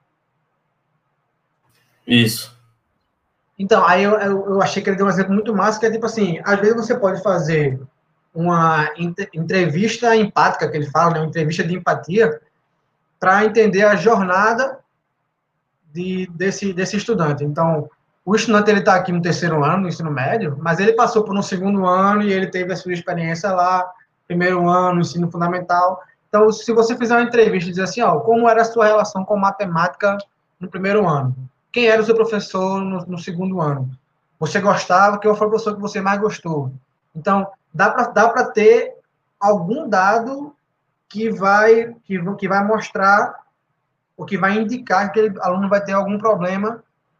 Isso. Então, aí eu achei que ele deu um exemplo muito massa, que é tipo assim, às vezes você pode fazer uma entrevista empática, que ele fala, né, uma entrevista de empatia, para entender a jornada desse estudante. Então, o estudante ele está aqui no terceiro ano, no ensino médio, mas ele passou por um segundo ano e ele teve a sua experiência lá, primeiro ano, ensino fundamental. Então, se você fizer uma entrevista e dizer assim, ó, como era a sua relação com matemática no primeiro ano? Quem era o seu professor no segundo ano? Você gostava? Quem foi o professor que você mais gostou? Então, dá para ter algum dado que vai mostrar, ou que vai indicar que aquele aluno vai ter algum problema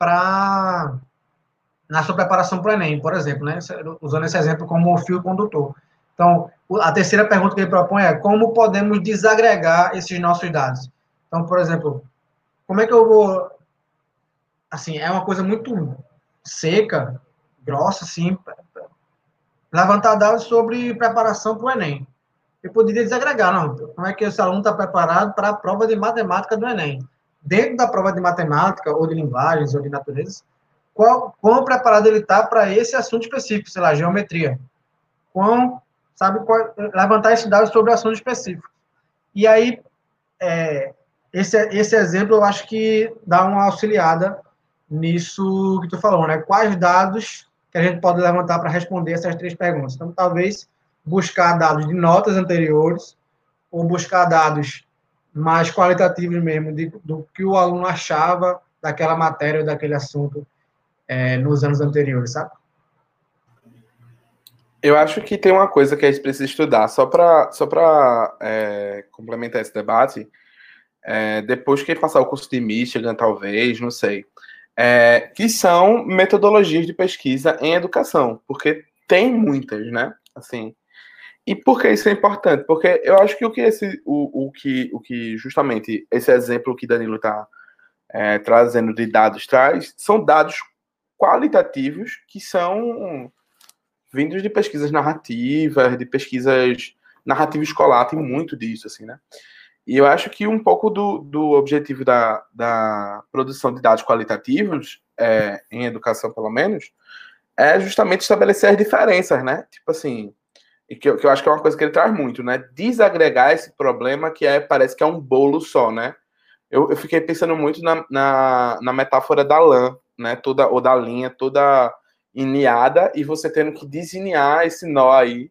na sua preparação para o Enem, por exemplo, né? Usando esse exemplo como o fio condutor. Então, a terceira pergunta que ele propõe é como podemos desagregar esses nossos dados? Então, por exemplo, como é que eu vou... Assim, é uma coisa muito seca, grossa, assim, levantar dados sobre preparação para o Enem. Eu poderia desagregar, não. Como é que esse aluno está preparado para a prova de matemática do Enem? Dentro da prova de matemática, ou de linguagens, ou de natureza, quão preparado ele está para esse assunto específico, sei lá, geometria. Levantar esses dados sobre o assunto específico. E aí, esse exemplo, eu acho que dá uma auxiliada nisso que tu falou, né? Quais dados que a gente pode levantar para responder essas três perguntas? Então, talvez buscar dados de notas anteriores ou buscar dados mais qualitativos mesmo do que o aluno achava daquela matéria ou daquele assunto nos anos anteriores, sabe? Eu acho que tem uma coisa que a gente precisa estudar, só para complementar esse debate, depois que passar o curso de Michigan, talvez, não sei, que são metodologias de pesquisa em educação, porque tem muitas, né? Assim, e por que isso é importante? Porque eu acho que o que justamente esse exemplo que Danilo está trazendo de dados são dados qualitativos que são vindos de pesquisas narrativas, de pesquisas narrativa escolar, tem muito disso, assim, né? E eu acho que um pouco do objetivo da produção de dados qualitativos, em educação pelo menos, é justamente estabelecer as diferenças, né? Tipo assim, e que eu acho que é uma coisa que ele traz muito, né? Desagregar esse problema que parece que é um bolo só, né? Eu fiquei pensando muito na metáfora da lã, né? Ou da linha toda iniada, e você tendo que desiniar esse nó aí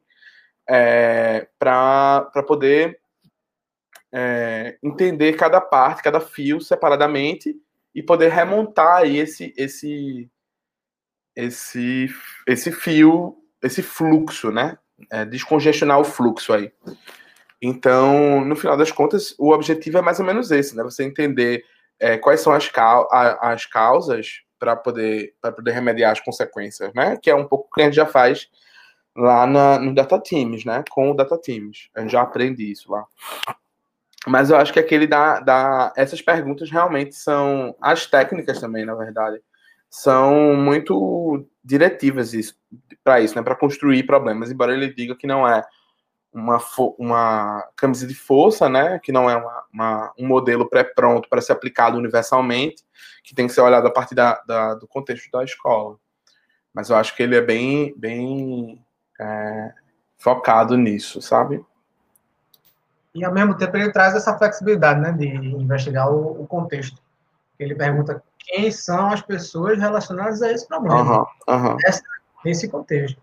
para poder entender cada parte, cada fio separadamente e poder remontar aí esse fio, esse fluxo, né? Descongestionar o fluxo aí. Então, no final das contas, o objetivo é mais ou menos esse, né? Você entender quais são as causas para poder remediar as consequências, né? Que é um pouco o que a gente já faz lá no Data Teams, né? Com o Data Teams. A gente já aprende isso lá. Mas eu acho que aquele essas perguntas realmente são... As técnicas também, na verdade, são muito diretivas para isso, né? Para construir problemas, embora ele diga que não é uma camisa de força, né? Que não é um modelo pré-pronto para ser aplicado universalmente, que tem que ser olhado a partir do contexto da escola. Mas eu acho que ele é bem focado nisso, sabe? E, ao mesmo tempo, ele traz essa flexibilidade, né, de investigar o contexto. Ele pergunta quem são as pessoas relacionadas a esse problema. Nesse contexto.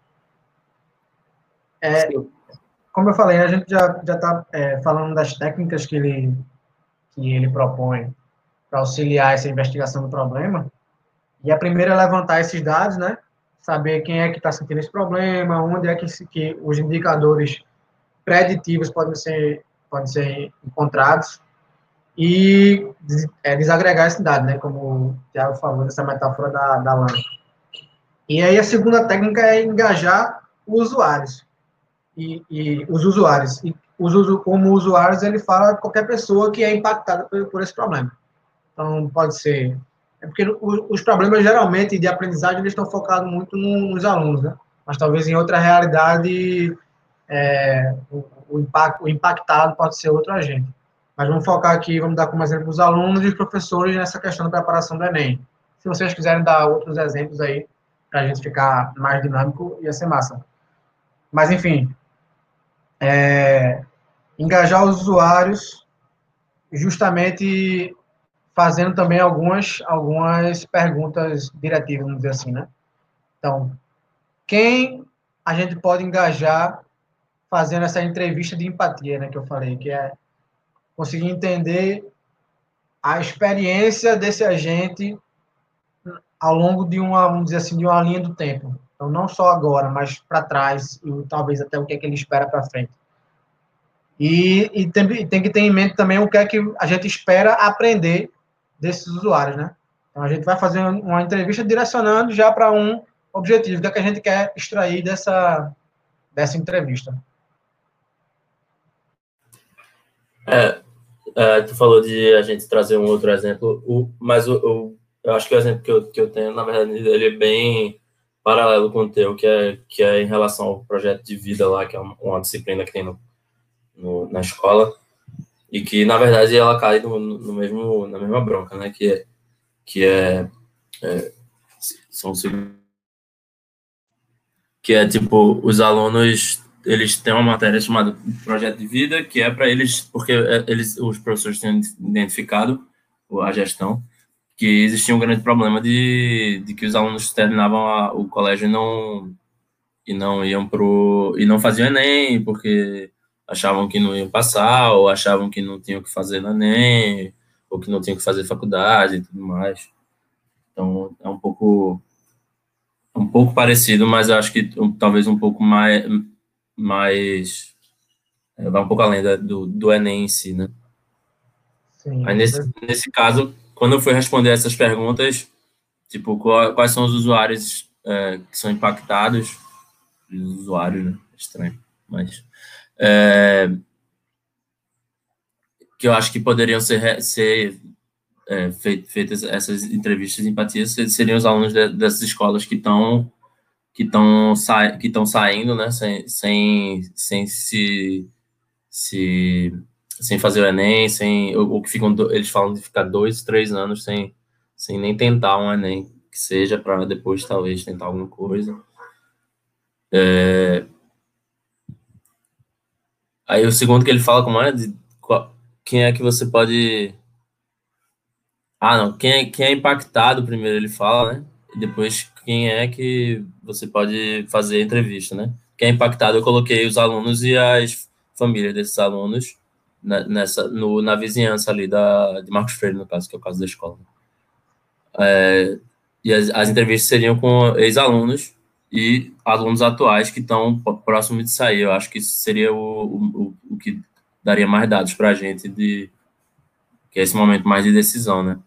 Como eu falei, a gente já está falando das técnicas que ele propõe para auxiliar essa investigação do problema. E a primeira é levantar esses dados, né? Saber quem é que está sentindo esse problema, onde é que os indicadores preditivos podem ser encontrados e desagregar esse dado, né? Como o Thiago falou, nessa metáfora da lã. E aí a segunda técnica é engajar os usuários. E os usuários. Como usuários, ele fala qualquer pessoa que é impactada por esse problema. Então, pode ser... porque os problemas, geralmente, de aprendizagem, eles estão focados muito nos alunos, né? Mas talvez em outra realidade, o impactado pode ser outro agente. Mas vamos focar aqui, vamos dar como exemplo os alunos e os professores nessa questão da preparação do Enem. Se vocês quiserem dar outros exemplos aí, para a gente ficar mais dinâmico, ia ser massa. Mas, enfim, engajar os usuários justamente fazendo também algumas perguntas diretivas, vamos dizer assim, né? Então, quem a gente pode engajar fazendo essa entrevista de empatia, né, que eu falei, que é conseguir entender a experiência desse agente ao longo de vamos dizer assim, de uma linha do tempo. Então, não só agora, mas para trás e talvez até o que é que ele espera para frente. E tem que ter em mente também o que é que a gente espera aprender desses usuários, né? Então, a gente vai fazer uma entrevista direcionando já para um objetivo, o que é que a gente quer extrair dessa entrevista. Tu falou de a gente trazer um outro exemplo, mas eu acho que o exemplo que eu tenho, na verdade, ele é bem paralelo com o teu, que é em relação ao projeto de vida lá, que é uma disciplina que tem na escola, e que, na verdade, ela cai na mesma bronca, né, que é tipo, os alunos, eles têm uma matéria chamada projeto de vida, que é para eles, porque os professores têm identificado, a gestão, que existia um grande problema de que os alunos terminavam o colégio e não iam e não faziam Enem, porque achavam que não iam passar, ou achavam que não tinham o que fazer no Enem, ou que não tinham que fazer faculdade e tudo mais. Então, é um pouco parecido, mas eu acho que talvez um pouco mais vai um pouco além do Enem em si, né? Sim. Aí, nesse caso, quando eu fui responder essas perguntas, tipo, quais são os usuários que são impactados, os usuários, né? Estranho, mas que eu acho que poderiam ser feitas essas entrevistas de empatia seriam os alunos dessas escolas que estão saindo, né, sem fazer o Enem, ou que eles falam de ficar 2, 3 anos sem nem tentar um Enem, que seja para depois talvez tentar alguma coisa. Aí o segundo que ele fala como é quem é que você pode... não, quem é impactado primeiro ele fala, né? E depois quem é que você pode fazer entrevista, né? Quem é impactado, eu coloquei os alunos e as famílias desses alunos na vizinhança ali de Marcos Freire, no caso, que é o caso da escola. E as entrevistas seriam com ex-alunos e alunos atuais que estão próximos de sair. Eu acho que isso seria o que daria mais dados para a gente que é esse momento mais de decisão, né?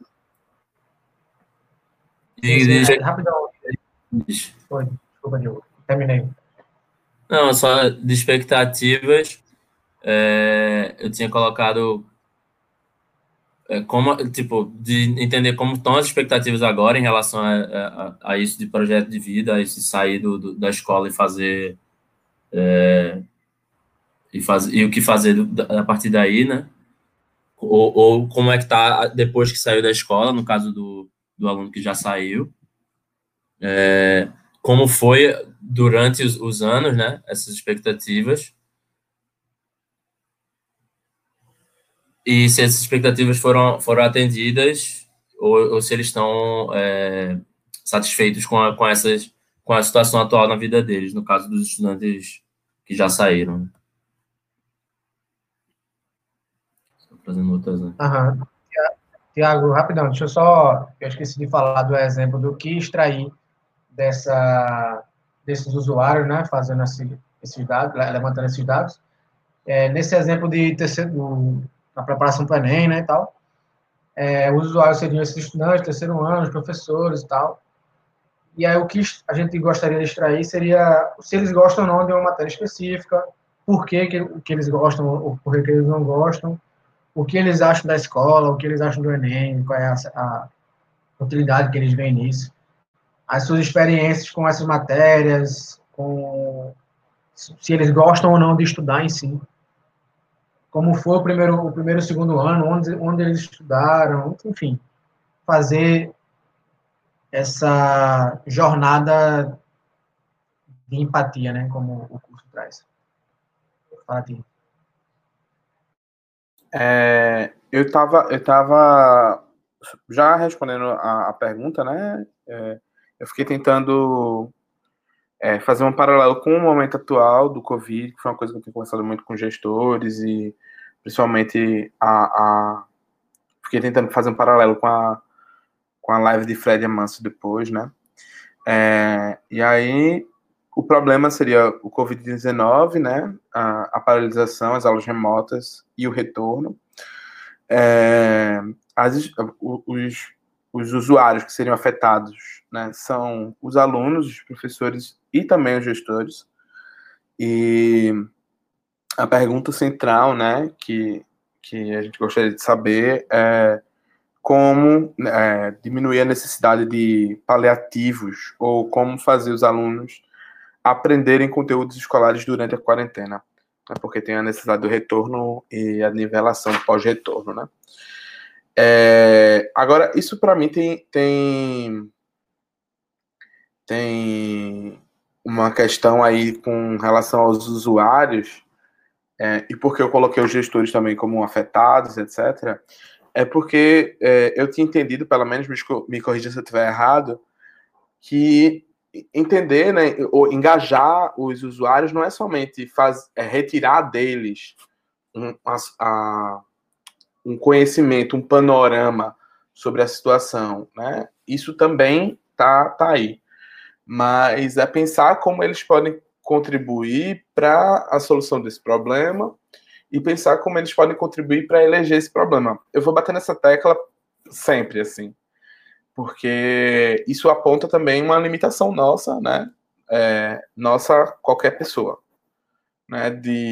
Rapidão. Foi, desculpa, Diogo. Terminei. Não, só de expectativas, eu tinha colocado como, tipo, de entender como estão as expectativas agora em relação a isso de projeto de vida, a isso de sair da escola e o que fazer a partir daí, né? Ou como é que tá depois que saiu da escola, no caso do aluno que já saiu. Como foi durante os anos, né? Essas expectativas. E se essas expectativas foram atendidas ou se eles estão satisfeitos com a situação atual na vida deles, no caso dos estudantes que já saíram. Estou fazendo outras. Aham. Tiago, rapidão, deixa eu só... Eu esqueci de falar do exemplo do que extrair desses usuários, né, fazendo esses dados, levantando esses dados. Nesse exemplo de na preparação para o Enem, né, e tal, os usuários seriam esses estudantes, terceiro ano, os professores e tal. E aí o que a gente gostaria de extrair seria se eles gostam ou não de uma matéria específica, por que eles gostam ou por que eles não gostam, o que eles acham da escola, o que eles acham do Enem, qual é a utilidade que eles veem nisso, as suas experiências com essas matérias, se eles gostam ou não de estudar em si, como foi o primeiro e segundo ano, onde eles estudaram, enfim, fazer essa jornada de empatia, né, como o curso traz. Fala, Tim. Eu estava já respondendo a pergunta, né? Eu fiquei tentando fazer um paralelo com o momento atual do Covid, que foi uma coisa que eu tenho conversado muito com gestores e principalmente fiquei tentando fazer um paralelo com a live de Fred Amancio depois, né? E aí o problema seria o Covid-19, né? A paralisação, as aulas remotas e o retorno. Os usuários que seriam afetados, né, são os alunos, os professores e também os gestores. E a pergunta central, né, que a gente gostaria de saber é como diminuir a necessidade de paliativos ou como fazer os alunos aprenderem conteúdos escolares durante a quarentena, né, porque tem a necessidade do retorno e a nivelação pós-retorno, né? Agora, isso para mim tem uma questão aí com relação aos usuários, e porque eu coloquei os gestores também como afetados, etc., porque eu tinha entendido, pelo menos me corrija se eu estiver errado, que entender, né, ou engajar os usuários não é somente retirar deles um conhecimento, um panorama sobre a situação, né? Isso também tá aí. Mas é pensar como eles podem contribuir para a solução desse problema e pensar como eles podem contribuir para eleger esse problema. Eu vou bater nessa tecla sempre, assim, porque isso aponta também uma limitação nossa, né? Nossa, qualquer pessoa, né?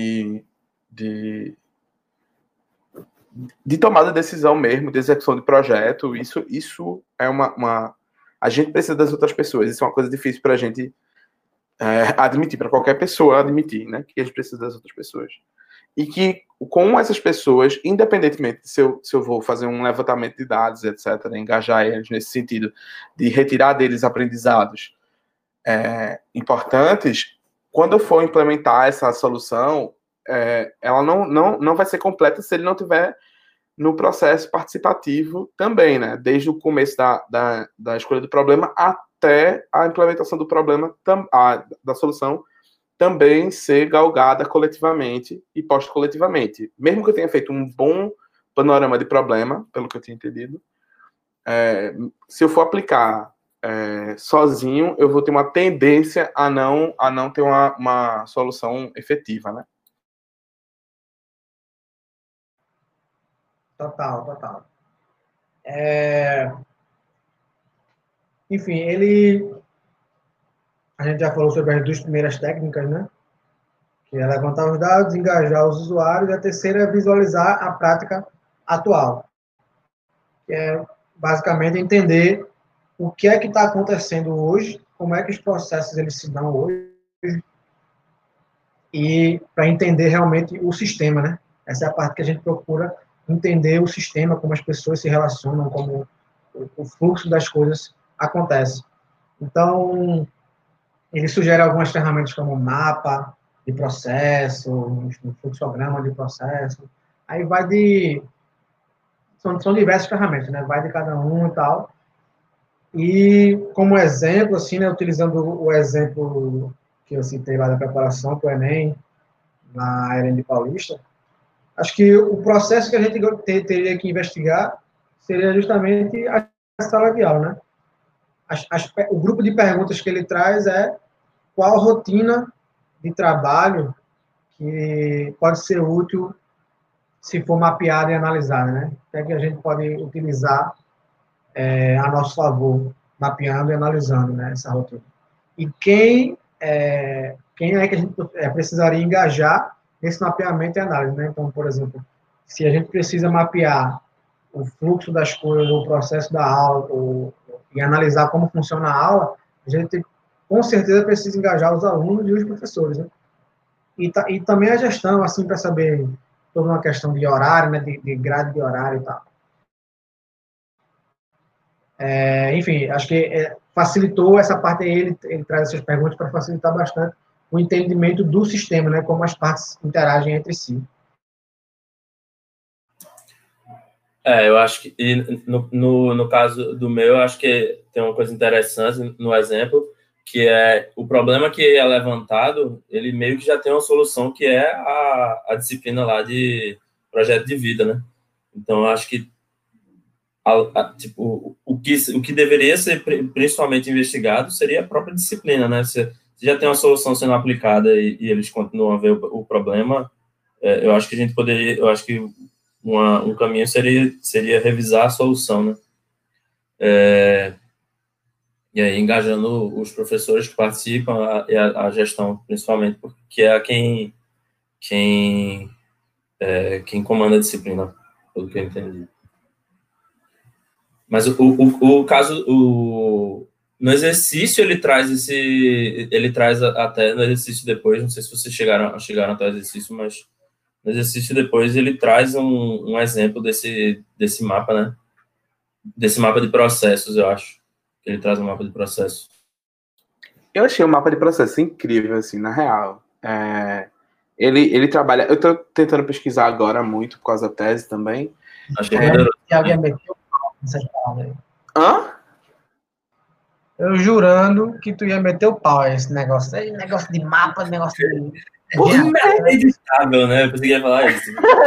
De tomada de decisão mesmo, de execução de projeto, isso é a gente precisa das outras pessoas, isso é uma coisa difícil para a gente admitir, para qualquer pessoa admitir, né, que a gente precisa das outras pessoas. E que com essas pessoas, independentemente se eu vou fazer um levantamento de dados, etc., engajar eles nesse sentido, de retirar deles aprendizados importantes, quando eu for implementar essa solução, ela não vai ser completa se ele não tiver no processo participativo também, né? Desde o começo da escolha do problema até a implementação do problema, da solução, também ser galgada coletivamente e posta coletivamente. Mesmo que eu tenha feito um bom panorama de problema, pelo que eu tinha entendido, se eu for aplicar sozinho, eu vou ter uma tendência a não ter uma solução efetiva, né? Total, total. Enfim, a gente já falou sobre as duas primeiras técnicas, né? Que é levantar os dados, engajar os usuários, e a terceira é visualizar a prática atual, que é basicamente entender o que é que está acontecendo hoje, como é que os processos eles se dão hoje, e para entender realmente o sistema, né? Essa é a parte que a gente procura entender o sistema, como as pessoas se relacionam, como o fluxo das coisas acontece. Então, ele sugere algumas ferramentas como mapa de processo, um fluxograma de processo. Aí vai são diversas ferramentas, né? Vai de cada um e tal. E como exemplo, assim, né, utilizando o exemplo que eu citei lá da preparação para o Enem, na Erende Paulista, acho que o processo que a gente teria que investigar seria justamente a sala de aula, né? O grupo de perguntas que ele traz é qual rotina de trabalho que pode ser útil se for mapeada e analisada, né? O que a gente pode utilizar a nosso favor, mapeando e analisando, né, essa rotina. E quem é que a gente precisaria engajar nesse mapeamento e análise, né? Então, por exemplo, se a gente precisa mapear o fluxo das coisas, o processo da aula, e analisar como funciona a aula, a gente com certeza precisa engajar os alunos e os professores, né? E também a gestão, assim, para saber toda uma questão de horário, né, de grade de horário e tal. Enfim, acho que facilitou essa parte aí, ele traz essas perguntas para facilitar bastante o entendimento do sistema, né, como as partes interagem entre si. Eu acho que, no caso do meu, eu acho que tem uma coisa interessante no exemplo, que é o problema que é levantado, ele meio que já tem uma solução, que é a disciplina lá de projeto de vida, né? Então, eu acho que tipo, o que deveria ser principalmente investigado seria a própria disciplina, né? Você já tem uma solução sendo aplicada e eles continuam a ver o problema, eu acho que a gente poderia, eu acho que um caminho seria revisar a solução, né? E aí engajando os professores que participam e a gestão, principalmente, porque é quem comanda a disciplina, pelo que eu entendi. Mas o caso, no exercício ele traz até no exercício depois, não sei se vocês chegaram até o exercício, mas no exercício depois ele traz um exemplo desse mapa, né? Desse mapa de processos, eu acho. Ele traz um mapa de processos. Eu achei o mapa de processo incrível, assim, na real. Ele trabalha... Eu tô tentando pesquisar agora muito, por causa da tese também. Achei poderoso. Que alguém meteu nessas palavras aí. Hã? Eu jurando que tu ia meter o pau a esse negócio. Esse negócio de mapa, negócio de... É editável, né? Eu pensei que ia falar isso.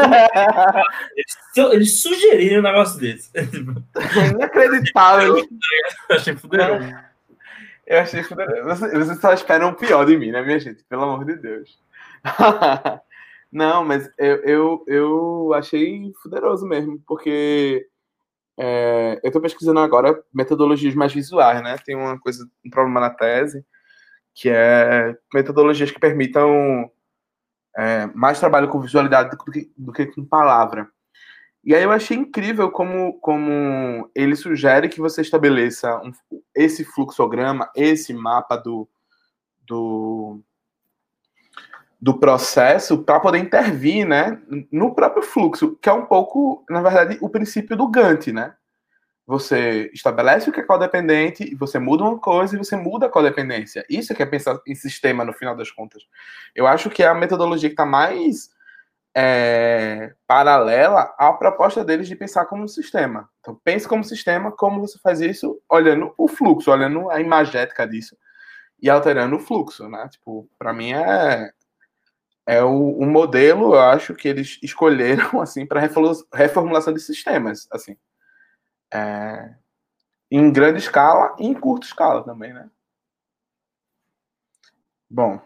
Eles sugeriram um negócio desse. Inacreditável. Eu achei poderoso. Eu achei poderoso. Vocês só esperam o pior de mim, né, minha gente? Pelo amor de Deus. Não, mas eu achei poderoso mesmo, porque eu estou pesquisando agora metodologias mais visuais, né? Tem um problema na tese, que é metodologias que permitam mais trabalho com visualidade do que com palavra. E aí eu achei incrível como ele sugere que você estabeleça esse fluxograma, esse mapa do processo para poder intervir, né, no próprio fluxo, que é um pouco, na verdade, o princípio do Gantt, né? Você estabelece o que é codependente, você muda uma coisa e você muda a codependência. Isso que é pensar em sistema, no final das contas. Eu acho que é a metodologia que está mais paralela à proposta deles de pensar como um sistema. Então, pense como sistema, como você faz isso, olhando o fluxo, olhando a imagética disso e alterando o fluxo, né? Tipo, para mim o modelo, eu acho que eles escolheram assim para reformulação de sistemas, assim, em grande escala e em curta escala também, né? Bom,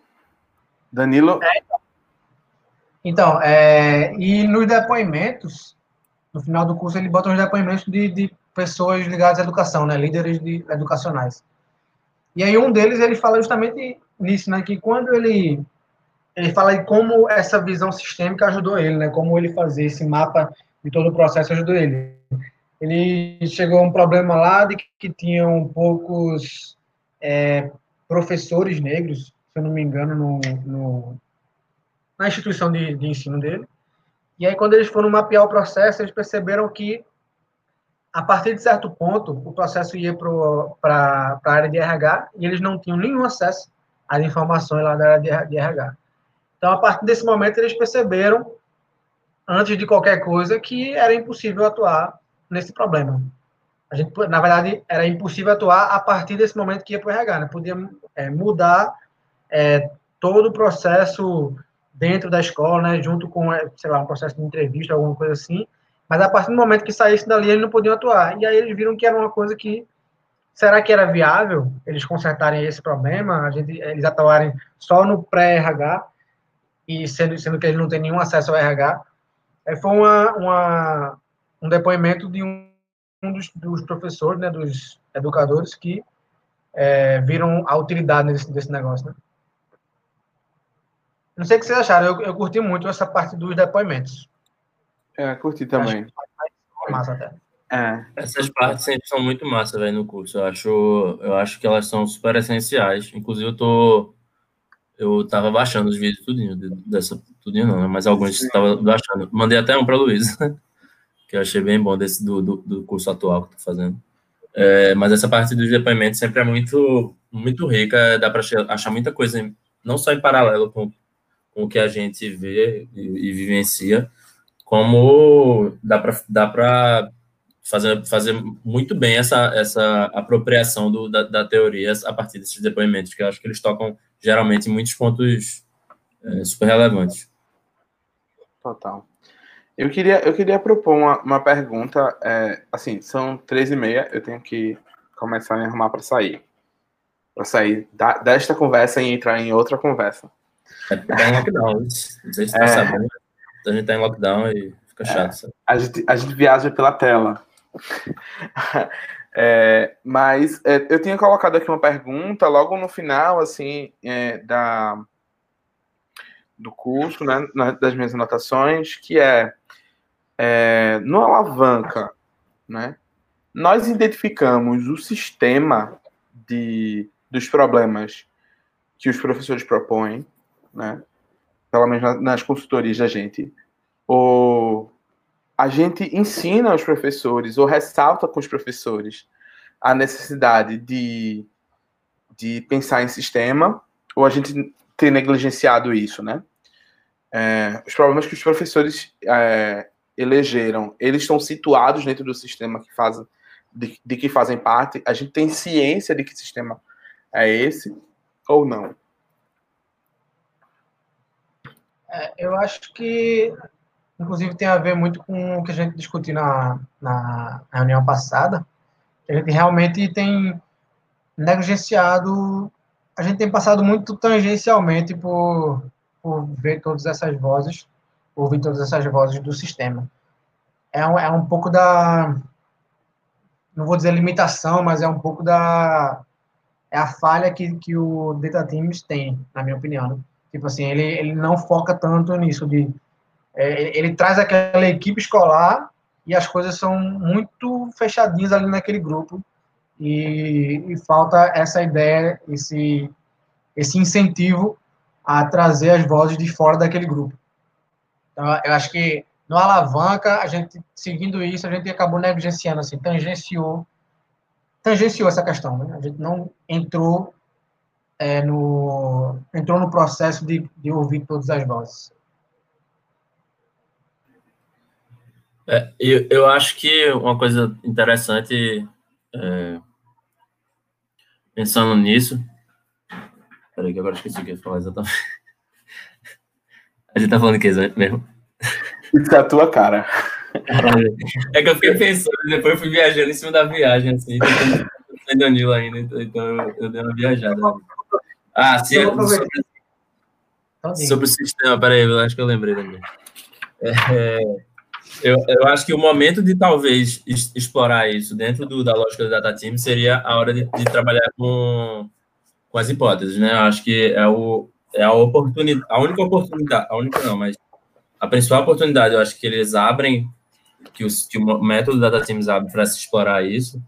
Danilo. Então, e nos depoimentos, no final do curso, ele bota uns depoimentos de pessoas ligadas à educação, né? Líderes educacionais. E aí um deles, ele fala justamente nisso, né? Que quando ele fala de como essa visão sistêmica ajudou ele, né? Como ele fazer esse mapa de todo o processo ajudou ele. Ele chegou a um problema lá de que tinham poucos professores negros, se eu não me engano, na instituição de ensino dele. E aí, quando eles foram mapear o processo, eles perceberam que, a partir de certo ponto, o processo ia para a área de RH e eles não tinham nenhum acesso às informações lá da área de RH. Então, a partir desse momento, eles perceberam, antes de qualquer coisa, que era impossível atuar nesse problema. Na verdade, era impossível atuar a partir desse momento que ia para o RH, né? Podia mudar todo o processo dentro da escola, né? Junto com, sei lá, um processo de entrevista, alguma coisa assim, mas a partir do momento que saísse dali, eles não podiam atuar. E aí eles viram que era uma coisa que, será que era viável eles consertarem esse problema, eles atuarem só no pré-RH, e sendo que eles não têm nenhum acesso ao RH? Foi um depoimento de um dos professores, né, dos educadores, que viram a utilidade desse negócio, né? Não sei o que vocês acharam, eu curti muito essa parte dos depoimentos. Curti também. Massa até. Essas partes sempre são muito massa, velho, no curso. Eu acho que elas são super essenciais. Inclusive, eu tava baixando os vídeos tudinho não, né? Mas alguns estava baixando. Mandei até um para Luiz, que eu achei bem bom do curso atual que eu tô fazendo. Mas essa parte dos depoimentos sempre é muito, muito rica. Dá para achar muita coisa, não só em paralelo com o que a gente vê e vivencia, como dá para fazer muito bem essa apropriação da teoria a partir desses depoimentos, que eu acho que eles tocam geralmente em muitos pontos super relevantes. Total. Eu queria propor uma pergunta, assim, são 13h30, eu tenho que começar a me arrumar para sair desta conversa e entrar em outra conversa. Tá em lockdown, não sei se você tá sabendo, a gente tá em lockdown e fica chato, sabe? A gente viaja pela tela. Mas eu tinha colocado aqui uma pergunta logo no final, assim, do curso, né, das minhas anotações, que no Alavanca, né, nós identificamos o sistema dos problemas que os professores propõem, né, pelo menos nas consultorias da gente, ou a gente ensina aos professores, ou ressalta com os professores, a necessidade de pensar em sistema, ou a gente tem negligenciado isso, né? Os problemas que os professores elegeram, eles estão situados dentro do sistema de que fazem parte. A gente tem ciência de que sistema é esse, ou não? Eu acho que, inclusive, tem a ver muito com o que a gente discutiu na reunião passada. A gente realmente tem negligenciado, a gente tem passado muito tangencialmente por ver todas essas vozes, ouvir todas essas vozes do sistema. É um pouco não vou dizer limitação, mas é um pouco a falha que o Data Teams tem, na minha opinião, né? Tipo assim, ele não foca tanto nisso, ele traz aquela equipe escolar e as coisas são muito fechadinhas ali naquele grupo e falta essa ideia, esse incentivo a trazer as vozes de fora daquele grupo. Então, eu acho que no Alavanca, a gente, seguindo isso, a gente acabou negligenciando, assim, tangenciou essa questão, né? A gente não entrou no processo de ouvir todas as vozes. Eu acho que uma coisa interessante, pensando nisso... Peraí, que agora esqueci o que eu ia falar exatamente. A gente tá falando o que mesmo? Isso é a tua cara. É que eu fiquei pensando, depois eu fui viajando em cima da viagem, assim, sem Danilo ainda, então eu dei uma viajada. Sobre o sistema, peraí, eu acho que eu lembrei também. Eu acho que o momento de talvez explorar isso dentro da lógica do Data Team seria a hora de trabalhar com as hipóteses, né? Eu acho que é a oportunidade, a única oportunidade, a única não, mas a principal oportunidade, eu acho que eles abrem, que o método Data Teams abre para se explorar isso,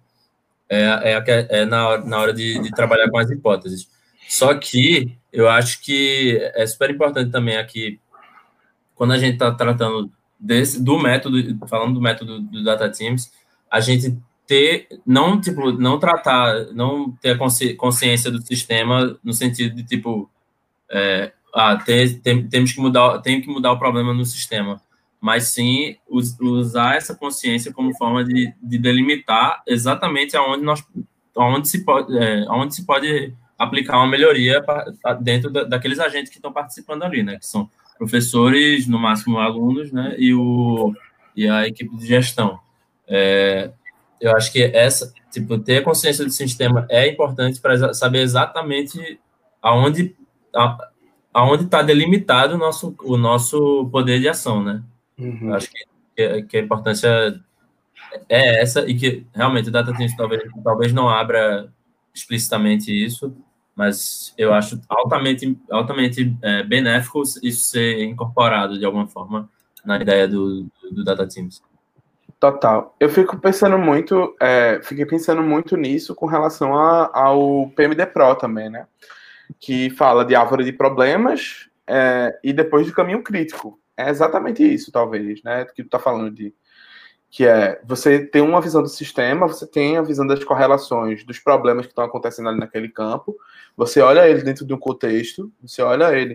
na hora de trabalhar com as hipóteses. Só que eu acho que é super importante também aqui, quando a gente está tratando do método, falando do método do Data Teams, a gente não ter a consciência do sistema no sentido de, tipo, temos que mudar o problema no sistema, mas sim usar essa consciência como forma de delimitar exatamente aonde se pode aplicar uma melhoria dentro daqueles agentes que estão participando ali, né, que são professores, no máximo alunos, né, e a equipe de gestão. Eu acho que ter a consciência do sistema é importante para saber exatamente aonde está delimitado o nosso poder de ação, né? Uhum. Eu acho que a importância é essa, e que realmente o Data Teams talvez não abra explicitamente isso, mas eu acho altamente benéfico isso ser incorporado de alguma forma na ideia do Data Teams. Total. Eu fiquei pensando muito nisso com relação ao PMD Pro também, né? Que fala de árvore de problemas e depois de caminho crítico. É exatamente isso, talvez, né? Que tu tá falando que você tem uma visão do sistema, você tem a visão das correlações dos problemas que estão acontecendo ali naquele campo, você olha ele dentro de um contexto, você olha ele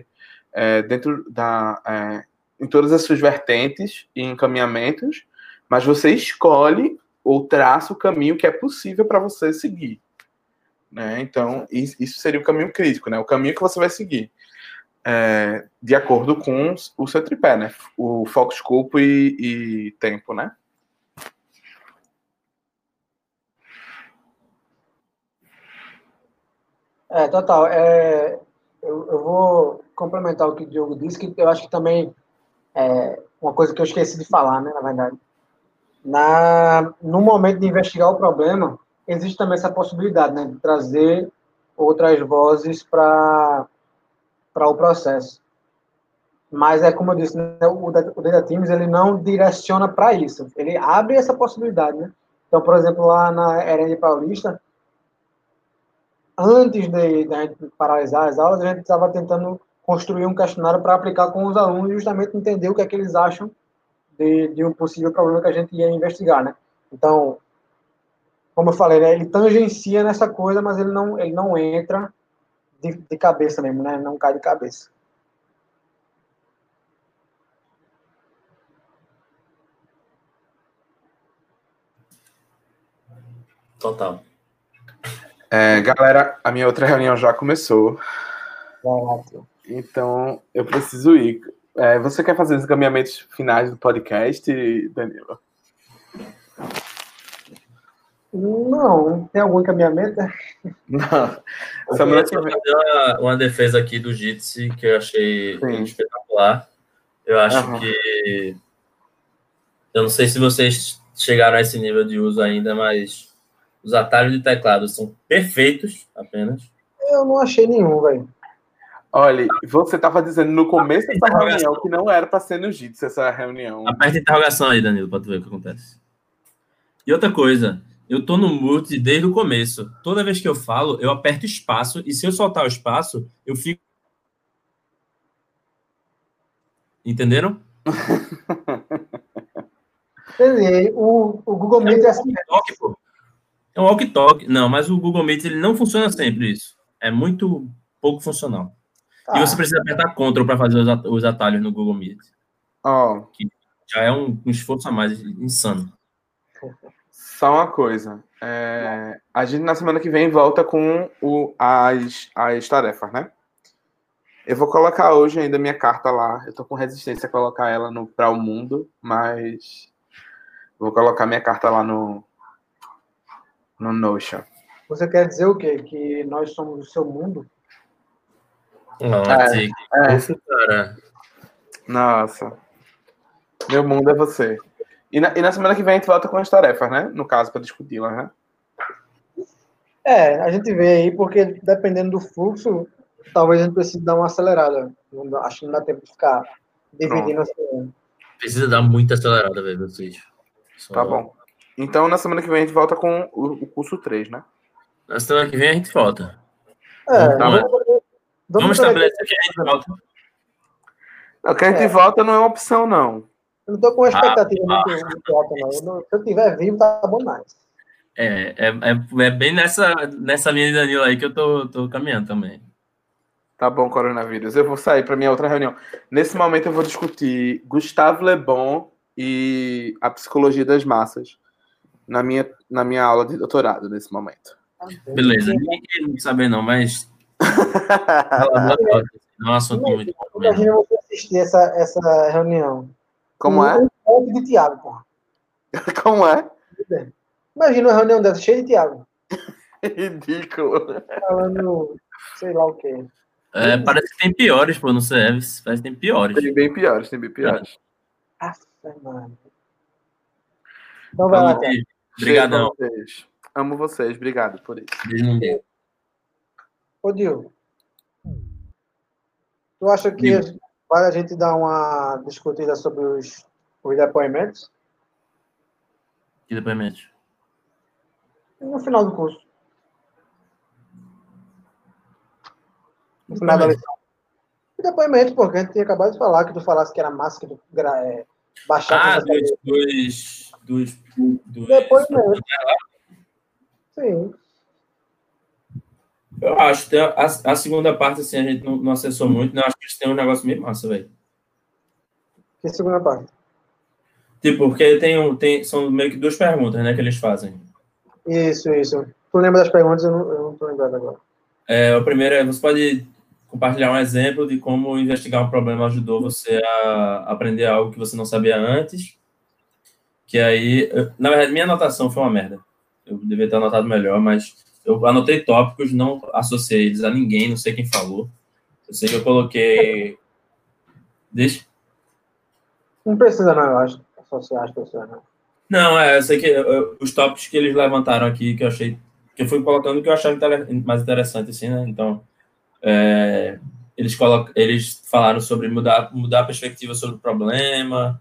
em todas as suas vertentes e encaminhamentos, mas você escolhe ou traça o caminho que é possível para você seguir. Né? Então, isso seria o caminho crítico, né? O caminho que você vai seguir. De acordo com o seu tripé, né? O foco, escopo e tempo, né? Total. Eu vou complementar o que o Diogo disse, que eu acho que também uma coisa que eu esqueci de falar, né, na verdade. No momento de investigar o problema, existe também essa possibilidade, né, de trazer outras vozes para o processo. Mas como eu disse, né, o Data Teams ele não direciona para isso. Ele abre essa possibilidade, né? Então, por exemplo, lá na RN Paulista, antes da gente paralisar as aulas, a gente estava tentando construir um questionário para aplicar com os alunos, justamente entender o que é que eles acham de um possível problema que a gente ia investigar, né? Então, como eu falei, né, ele tangencia nessa coisa, mas ele não entra de cabeça mesmo, né? Não cai de cabeça. Total. Galera, a minha outra reunião já começou. Então, eu preciso ir. Você quer fazer os encaminhamentos finais do podcast, Danilo? Não. Tem algum encaminhamento? Não. Eu queria fazer uma defesa aqui do Jitsi, que eu achei espetacular. Eu acho que... Eu não sei se vocês chegaram a esse nível de uso ainda, mas os atalhos de teclado são perfeitos, apenas. Eu não achei nenhum, velho. Olha, você estava dizendo no começo dessa reunião que não era para ser no Jitsi essa reunião. Aperta a interrogação aí, Danilo, para tu ver o que acontece. E outra coisa, eu tô no mute desde o começo. Toda vez que eu falo, eu aperto espaço, e se eu soltar o espaço, eu fico... Entenderam? Entendi. O Google Meet é assim. É um walkie-talkie. Não, mas o Google Meet ele não funciona sempre isso. É muito pouco funcional. E você precisa apertar Ctrl para fazer os atalhos no Google Meet. Que já é um esforço a mais insano. Só uma coisa. A gente na semana que vem volta com as tarefas, né? Eu vou colocar hoje ainda minha carta lá. Eu tô com resistência a colocar ela para o mundo, mas vou colocar minha carta lá no Notion. Você quer dizer o quê? Que nós somos o seu mundo? Nossa, cara. Nossa. Meu mundo é você. E na semana que vem a gente volta com as tarefas, né? No caso, para discuti-las, né? A gente vê aí, porque dependendo do fluxo, talvez a gente precise dar uma acelerada. Acho que não dá tempo de ficar dividindo assim. Precisa dar muita acelerada, velho, vocês. Tá bom. Então, na semana que vem a gente volta com o curso 3, né? Na semana que vem a gente volta. Vamos estabelecer que a gente volta. Não, que a gente volta não é uma opção, não. Eu não tô com uma expectativa muito alta, não. Se eu tiver vivo, tá bom mais. É bem nessa linha de Danilo aí que eu tô caminhando também. Tá bom, coronavírus. Eu vou sair para minha outra reunião. Nesse momento eu vou discutir Gustave Le Bon e a psicologia das massas na minha aula de doutorado, nesse momento. Beleza, ninguém quer saber não, mas não é um assunto muito bom. Imagina você assistir essa reunião. Como é? Um monte de Thiago, porra. Como é? Imagina uma reunião dessa cheia de Thiago. Ridículo. Falando sei lá o quê. Parece que tem piores, pô, no CEVS. Parece que tem piores. Tem bem piores. Mano. Então vai lá. Obrigadão. Amo vocês. Obrigado por isso. Beijo no meio. Ô, Dil, tu acha que vale a gente dar uma discutida sobre os depoimentos? Que depoimento? No final do curso. No final da lição. Que depoimento, porque a gente tinha acabado de falar que tu falasse que era massa, que tu baixava... dos depoimento. Sim. Eu acho que a segunda parte, assim, a gente não acessou muito, né? Eu acho que eles têm um negócio meio massa, velho. Que segunda parte? Tipo, porque são meio que duas perguntas, né, que eles fazem. Isso. Tu lembra das perguntas? Eu não tô lembrado agora. O primeiro é, você pode compartilhar um exemplo de como investigar um problema ajudou você a aprender algo que você não sabia antes. Que aí, na verdade, minha anotação foi uma merda. Eu devia ter anotado melhor, mas eu anotei tópicos, não associei eles a ninguém, não sei quem falou. Eu sei que eu coloquei... Deixa. Não precisa, não, eu acho. Associar as pessoas, não. Não, eu sei que os tópicos que eles levantaram aqui, que eu achei... Que eu fui colocando o que eu achava mais interessante, assim, né? Então, eles falaram sobre mudar a perspectiva sobre o problema,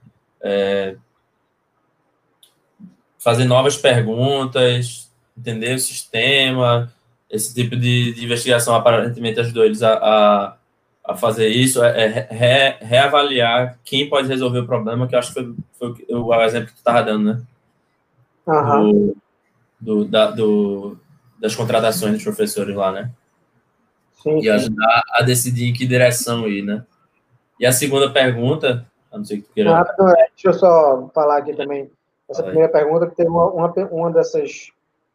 fazer novas perguntas, entender o sistema, esse tipo de investigação aparentemente ajudou eles a fazer isso, reavaliar quem pode resolver o problema, que eu acho que foi o exemplo que tu estava dando, né? Das contratações dos professores lá, né? Sim. E ajudar a decidir em que direção ir, né? E a segunda pergunta, a não ser que tu queira... Deixa eu só falar aqui também. Essa primeira pergunta, que teve uma desses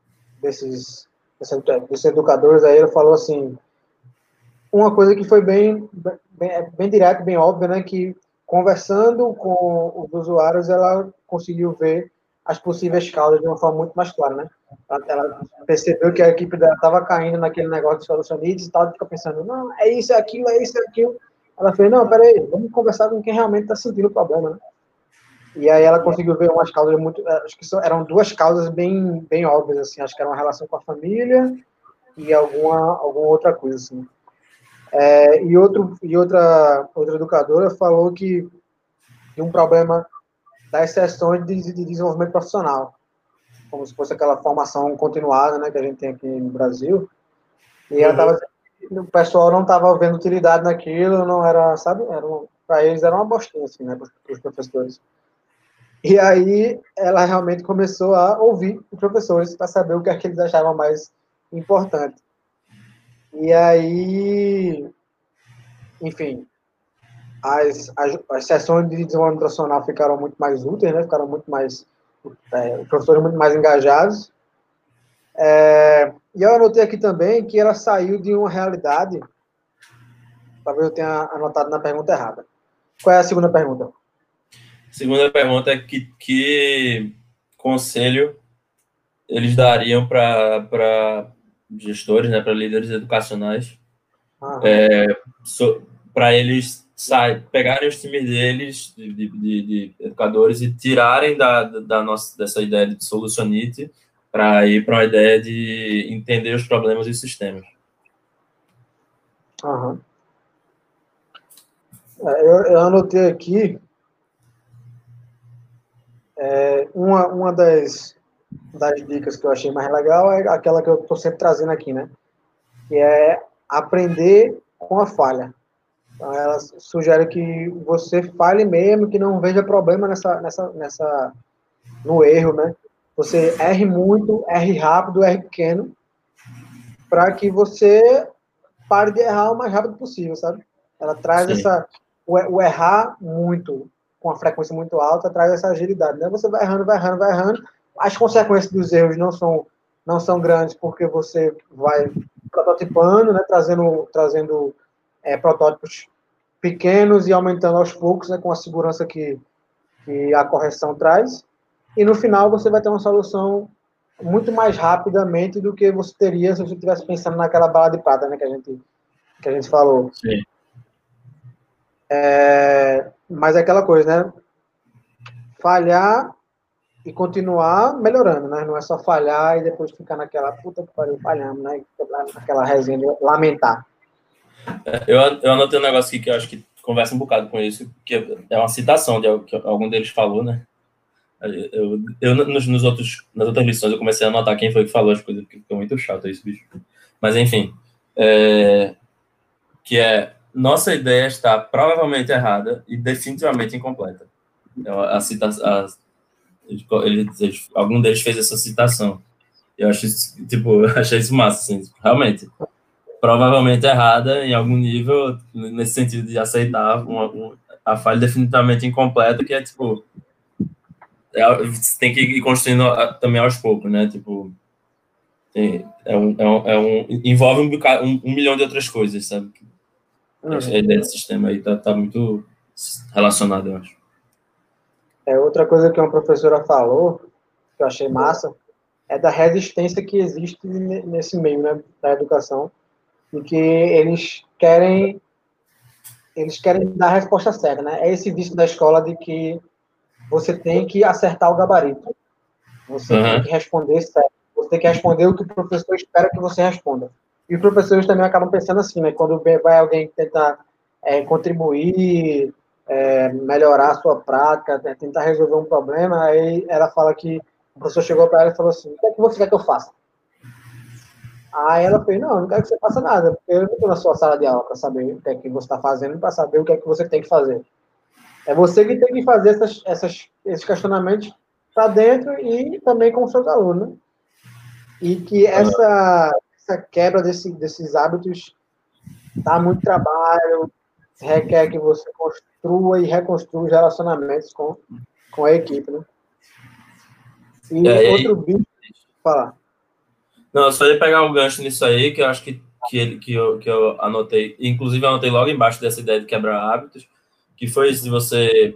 educadores aí, ele falou assim, uma coisa que foi bem direta, bem óbvia, né, que conversando com os usuários, ela conseguiu ver as possíveis causas de uma forma muito mais clara, né? Ela percebeu que a equipe dela estava caindo naquele negócio de solucionistas e tal, e fica pensando, não, é isso, é aquilo. Ela fez, não, peraí, vamos conversar com quem realmente está sentindo o problema, né? E aí ela conseguiu ver umas causas muito... Acho que eram duas causas bem óbvias, assim. Acho que era uma relação com a família e alguma outra coisa, assim. E outra educadora falou que de um problema das sessões de desenvolvimento profissional, como se fosse aquela formação continuada, né, que a gente tem aqui no Brasil. E ela o pessoal não estava vendo utilidade naquilo, não era, sabe? Para eles era uma bostinha, assim, né, para os professores. E aí ela realmente começou a ouvir os professores para saber o que é que eles achavam mais importante. E aí, enfim, as sessões de desenvolvimento profissional ficaram muito mais úteis, né? Ficaram muito mais, os professores muito mais engajados. E eu anotei aqui também que ela saiu de uma realidade, talvez eu tenha anotado na pergunta errada. Qual é a segunda pergunta? Segunda pergunta é que conselho eles dariam para gestores, né, para líderes educacionais, para eles pegarem os times deles, de educadores, e tirarem dessa ideia de solucionite para ir para uma ideia de entender os problemas e sistemas. Uhum. Eu anotei aqui uma das dicas que eu achei mais legal é aquela que eu estou sempre trazendo aqui, né? Que é aprender com a falha. Então, ela sugere que você falhe mesmo, que não veja problema no erro, né? Você erre muito, erre rápido, erre pequeno, para que você pare de errar o mais rápido possível, sabe? Ela traz o errar muito, com a frequência muito alta, traz essa agilidade, né? Você vai errando, vai errando, vai errando. As consequências dos erros não são grandes, porque você vai prototipando, né? Trazendo protótipos pequenos e aumentando aos poucos, né? Com a segurança que a correção traz. E no final você vai ter uma solução muito mais rapidamente do que você teria se você estivesse pensando naquela bala de prata, né? Que a gente falou. Sim. Mas é aquela coisa, né? Falhar e continuar melhorando, né? Não é só falhar e depois ficar naquela puta que pariu, falhamos, né? Naquela resenha de lamentar. Eu anotei um negócio aqui que eu acho que conversa um bocado com isso, que é uma citação de algo que algum deles falou, né? Nas outras lições eu comecei a anotar quem foi que falou as coisas, porque ficou muito chato isso, bicho. Mas enfim, que é: nossa ideia está provavelmente errada e definitivamente incompleta. Algum deles fez essa citação. Eu acho isso, tipo, achei isso massa, assim, realmente. Provavelmente errada em algum nível, nesse sentido de aceitar a falha definitivamente incompleta, que é, tipo, você tem que ir construindo também aos poucos, né? Tipo, envolve um milhão de outras coisas, sabe? A ideia desse sistema aí tá muito relacionada, eu acho. Outra coisa que uma professora falou, que eu achei massa, é da resistência que existe nesse meio, né, da educação, e que eles querem dar a resposta certa, né? É esse vício da escola de que você tem que acertar o gabarito. Você tem que responder certo. Você tem que responder o que o professor espera que você responda. E os professores também acabam pensando assim, né? Quando vai alguém tentar contribuir, melhorar a sua prática, tentar resolver um problema, aí ela fala que o professor chegou para ela e falou assim: o que é que você quer que eu faça? Aí ela fez: não quero que você faça nada, porque eu não estou na sua sala de aula para saber o que é que você está fazendo, para saber o que é que você tem que fazer. É você que tem que fazer esses questionamentos para dentro e também com os seus alunos, né? E que essa quebra desses hábitos dá muito trabalho, requer que você construa e reconstrua os relacionamentos com a equipe, né? E outro bicho... Falar. Não, eu só ia pegar um gancho nisso aí, que eu acho que eu anotei, inclusive eu anotei logo embaixo dessa ideia de quebrar hábitos, que foi isso de você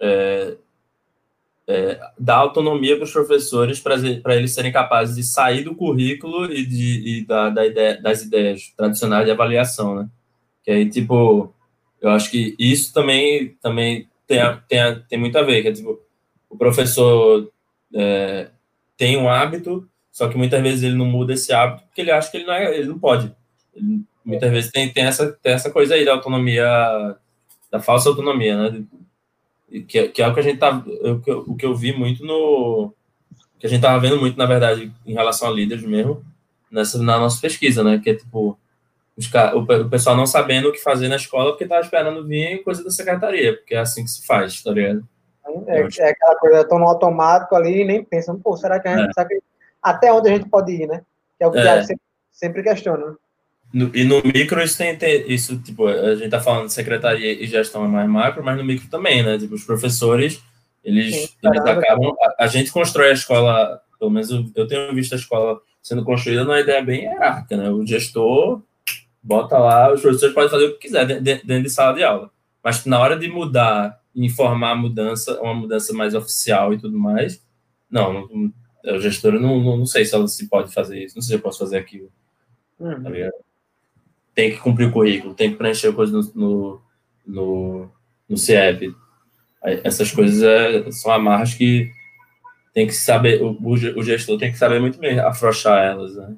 dar autonomia para os professores para eles serem capazes de sair do currículo e das ideias tradicionais de avaliação, né? Que aí, tipo, eu acho que isso também tem muito a ver, que é, tipo, o professor tem um hábito, só que muitas vezes ele não muda esse hábito porque ele acha que ele não pode. Muitas vezes tem essa coisa aí da autonomia, da falsa autonomia, né? Que é o que a gente o que eu vi muito que a gente tava vendo muito, na verdade, em relação a líderes mesmo, na nossa pesquisa, né? Que é, tipo, o pessoal não sabendo o que fazer na escola porque tava esperando vir coisa da secretaria, porque é assim que se faz, tá ligado? É aquela coisa, estão no automático ali e nem pensam, pô, será que a gente sabe até onde a gente pode ir, né? Que é o que o Thiago sempre questiona, né? E no micro isso tem isso, tipo, a gente tá falando de secretaria e gestão é mais macro, mas no micro também, né? Tipo, os professores, eles acabam... A gente constrói a escola, pelo menos eu tenho visto a escola sendo construída numa ideia bem hierárquica, né? O gestor bota lá, os professores podem fazer o que quiser dentro de sala de aula. Mas na hora de mudar, informar a mudança, uma mudança mais oficial e tudo mais, o gestor não sei se ela se pode fazer isso, não sei se eu posso fazer aquilo. Tá ligado? Tem que cumprir o currículo, tem que preencher coisas no CIEP. Essas coisas são amarras que tem que saber, o gestor tem que saber muito bem afrouxar elas, né?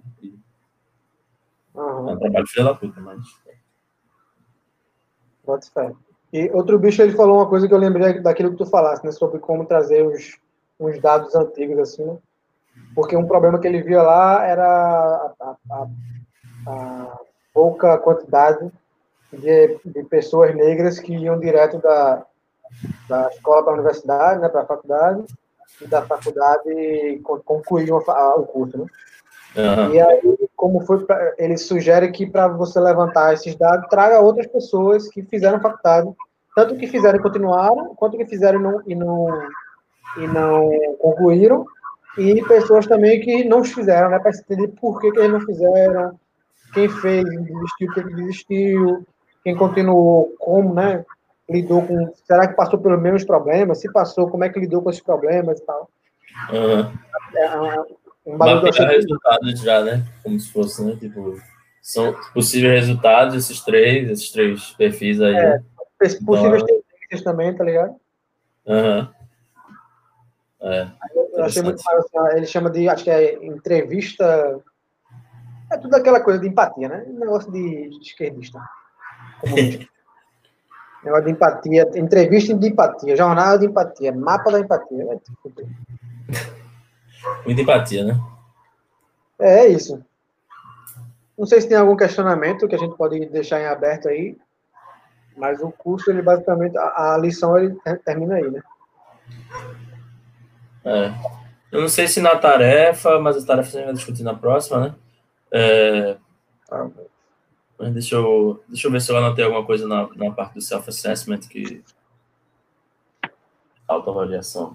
É um trabalho filho da puta, mas... Bota fé. E outro bicho, ele falou uma coisa que eu lembrei daquilo que tu falaste, né? Sobre como trazer uns dados antigos, assim, né? Porque um problema que ele via lá era a pouca quantidade de pessoas negras que iam direto da escola para a universidade, né? Para a faculdade, e da faculdade concluíam o curso, né? Uhum. E aí, como foi, ele sugere que para você levantar esses dados, traga outras pessoas que fizeram faculdade, tanto que fizeram e continuaram, quanto que fizeram e não concluíram, e pessoas também que não fizeram, né, para entender por que eles não fizeram, quem fez, desistiu, por que desistiu, quem continuou, como, né, lidou com, será que passou pelos mesmos problemas, se passou, como é que lidou com esses problemas e tal. Uhum. Um bagulho que eu achei Mapear resultados já, né? Como se fosse, né? Tipo, são possíveis resultados, esses três perfis aí. possíveis tendências também, tá ligado? Uhum. Eu achei muito massa. Ele chama de, acho que é entrevista. É tudo aquela coisa de empatia, né? Negócio de esquerdista. Comunista. Negócio de empatia. Entrevista de empatia. Jornada de empatia. Mapa da empatia. Muita empatia, né? É isso. Não sei se tem algum questionamento que a gente pode deixar em aberto aí. Mas o curso, ele basicamente, a lição, ele termina aí, né? Eu não sei se na tarefa, mas as tarefas a gente vai discutir na próxima, né? Mas deixa eu ver se eu anotei alguma coisa na parte do self-assessment que... Autoavaliação.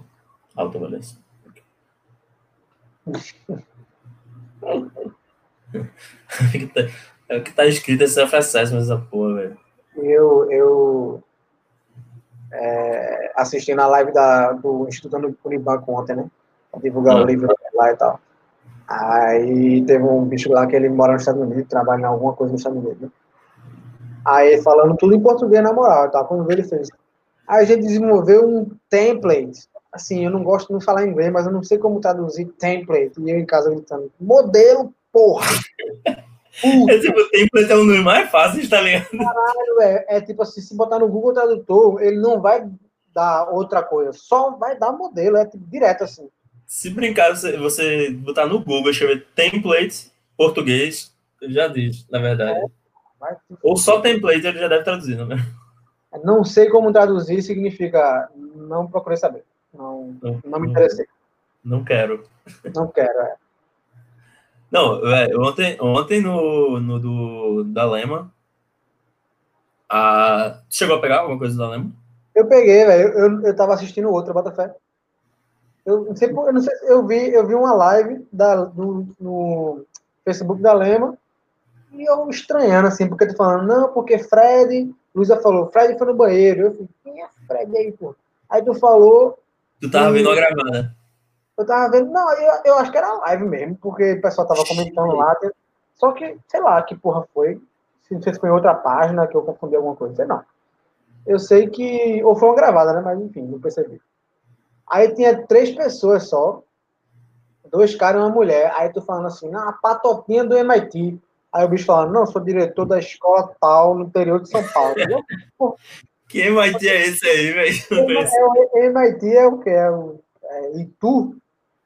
É o que tá escrito é self-assessment, essa porra, velho. Eu assisti na live do Instituto Unibanco ontem, né? Pra divulgar o livro lá e tal. Aí teve um bicho lá que ele mora nos Estados Unidos, trabalha em alguma coisa nos Estados Unidos, né? Aí falando tudo em português, na moral, tá? Quando ele fez. Aí a gente desenvolveu um template. Assim, eu não gosto de não falar inglês, mas eu não sei como traduzir template. E eu em casa gritando, modelo, porra! O template é um dos mais fáceis, tá ligado? Caralho, é tipo assim, se botar no Google Tradutor, ele não vai dar outra coisa, só vai dar modelo, é tipo, direto assim. Se brincar, você botar no Google, escrever template português, ele já diz, na verdade. Ou só template, ele já deve traduzir, não é? Não sei como traduzir significa não procurei saber. Não me interessei. Não quero. Não quero, é. Não, velho, ontem no da Lema, chegou a pegar alguma coisa da Lema? Eu peguei, velho. Eu tava assistindo outra, Botafé. Eu não sei se eu vi uma live no Facebook da Lema e eu estranhando, assim, porque tu falando, não, porque Luísa falou, Fred foi no banheiro. Eu falei, quem é Fred aí, pô? Aí tu falou... Tu tava vendo a gravada. Eu tava vendo, não, eu acho que era live mesmo, porque o pessoal tava comentando lá, só que, sei lá, que porra foi, não sei se foi em outra página que eu confundi alguma coisa, sei não. Eu sei que, ou foi uma gravada, né, mas enfim, não percebi. Aí tinha 3 pessoas só, 2 caras e uma mulher, aí tu falando assim, a patopinha do MIT. Aí o bicho falando, não, sou diretor da escola tal, no interior de São Paulo. Que MIT é esse aí, velho? O MIT é o que? É Itu?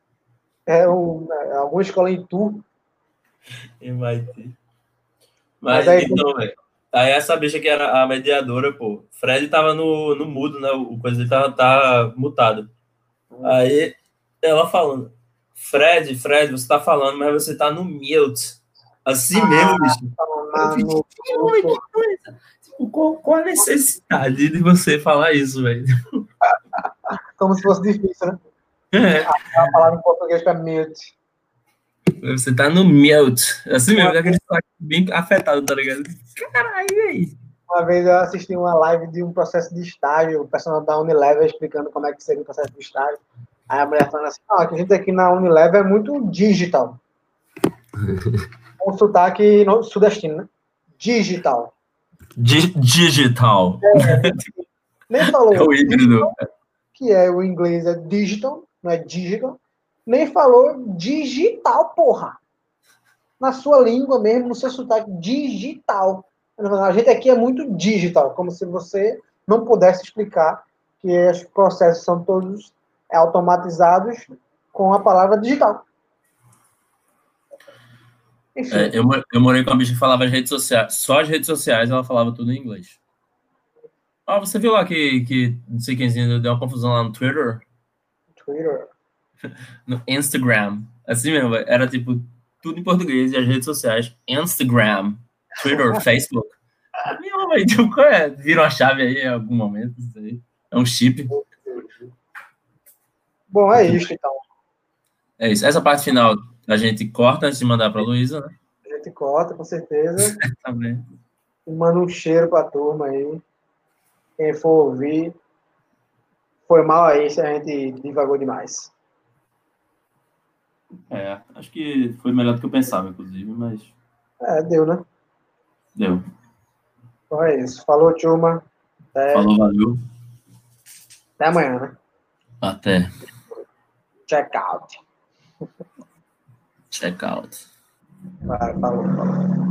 Alguma escola em Itu. MIT. Mas aí, então, velho. Aí essa bicha que era a mediadora, pô. Fred tava no mudo, né? O coisa dele tá mutado. Aí ela falando, Fred, você tá falando, mas você tá no mute. Assim mesmo, bicho. Que coisa. Tipo, qual a necessidade de você falar isso, velho? Como se fosse difícil, né? A palavra em português é mute. Você tá no mute. Assim mesmo, aquele sotaque bem afetado, tá ligado? Caralho, velho. Uma vez eu assisti uma live de um processo de estágio, o personal da Unilever explicando como é que seria o processo de estágio. Aí a mulher falando assim, que a gente aqui na Unilever é muito digital. Um sotaque sudestino, né? Digital. Digital. Nem falou É o híbrido. que é o inglês é digital, não é digital. Nem falou digital, porra. Na sua língua mesmo, no seu sotaque, digital. A gente aqui é muito digital, como se você não pudesse explicar que os processos são todos automatizados com a palavra digital. Enfim. Eu morei com uma bicha que falava as redes sociais, só as redes sociais ela falava tudo em inglês. Você viu lá que não sei quemzinho deu uma confusão lá no Twitter? No Instagram. Assim mesmo, era tipo tudo em português e as redes sociais. Instagram, Twitter, Facebook. Tipo, qual é? Vira uma chave aí em algum momento, isso aí. É um chip. Bom, é isso então. É isso. Essa parte final a gente corta antes de mandar para a Luísa, né? A gente corta, com certeza. Tá bem. E manda um cheiro pra turma aí. Quem for ouvir, foi mal aí se a gente divagou demais. Acho que foi melhor do que eu pensava, inclusive, mas... Deu, né? Deu. Então é isso. Falou, turma. Falou, valeu. Até amanhã, né? Até. Check out. Check out. Vai, falou.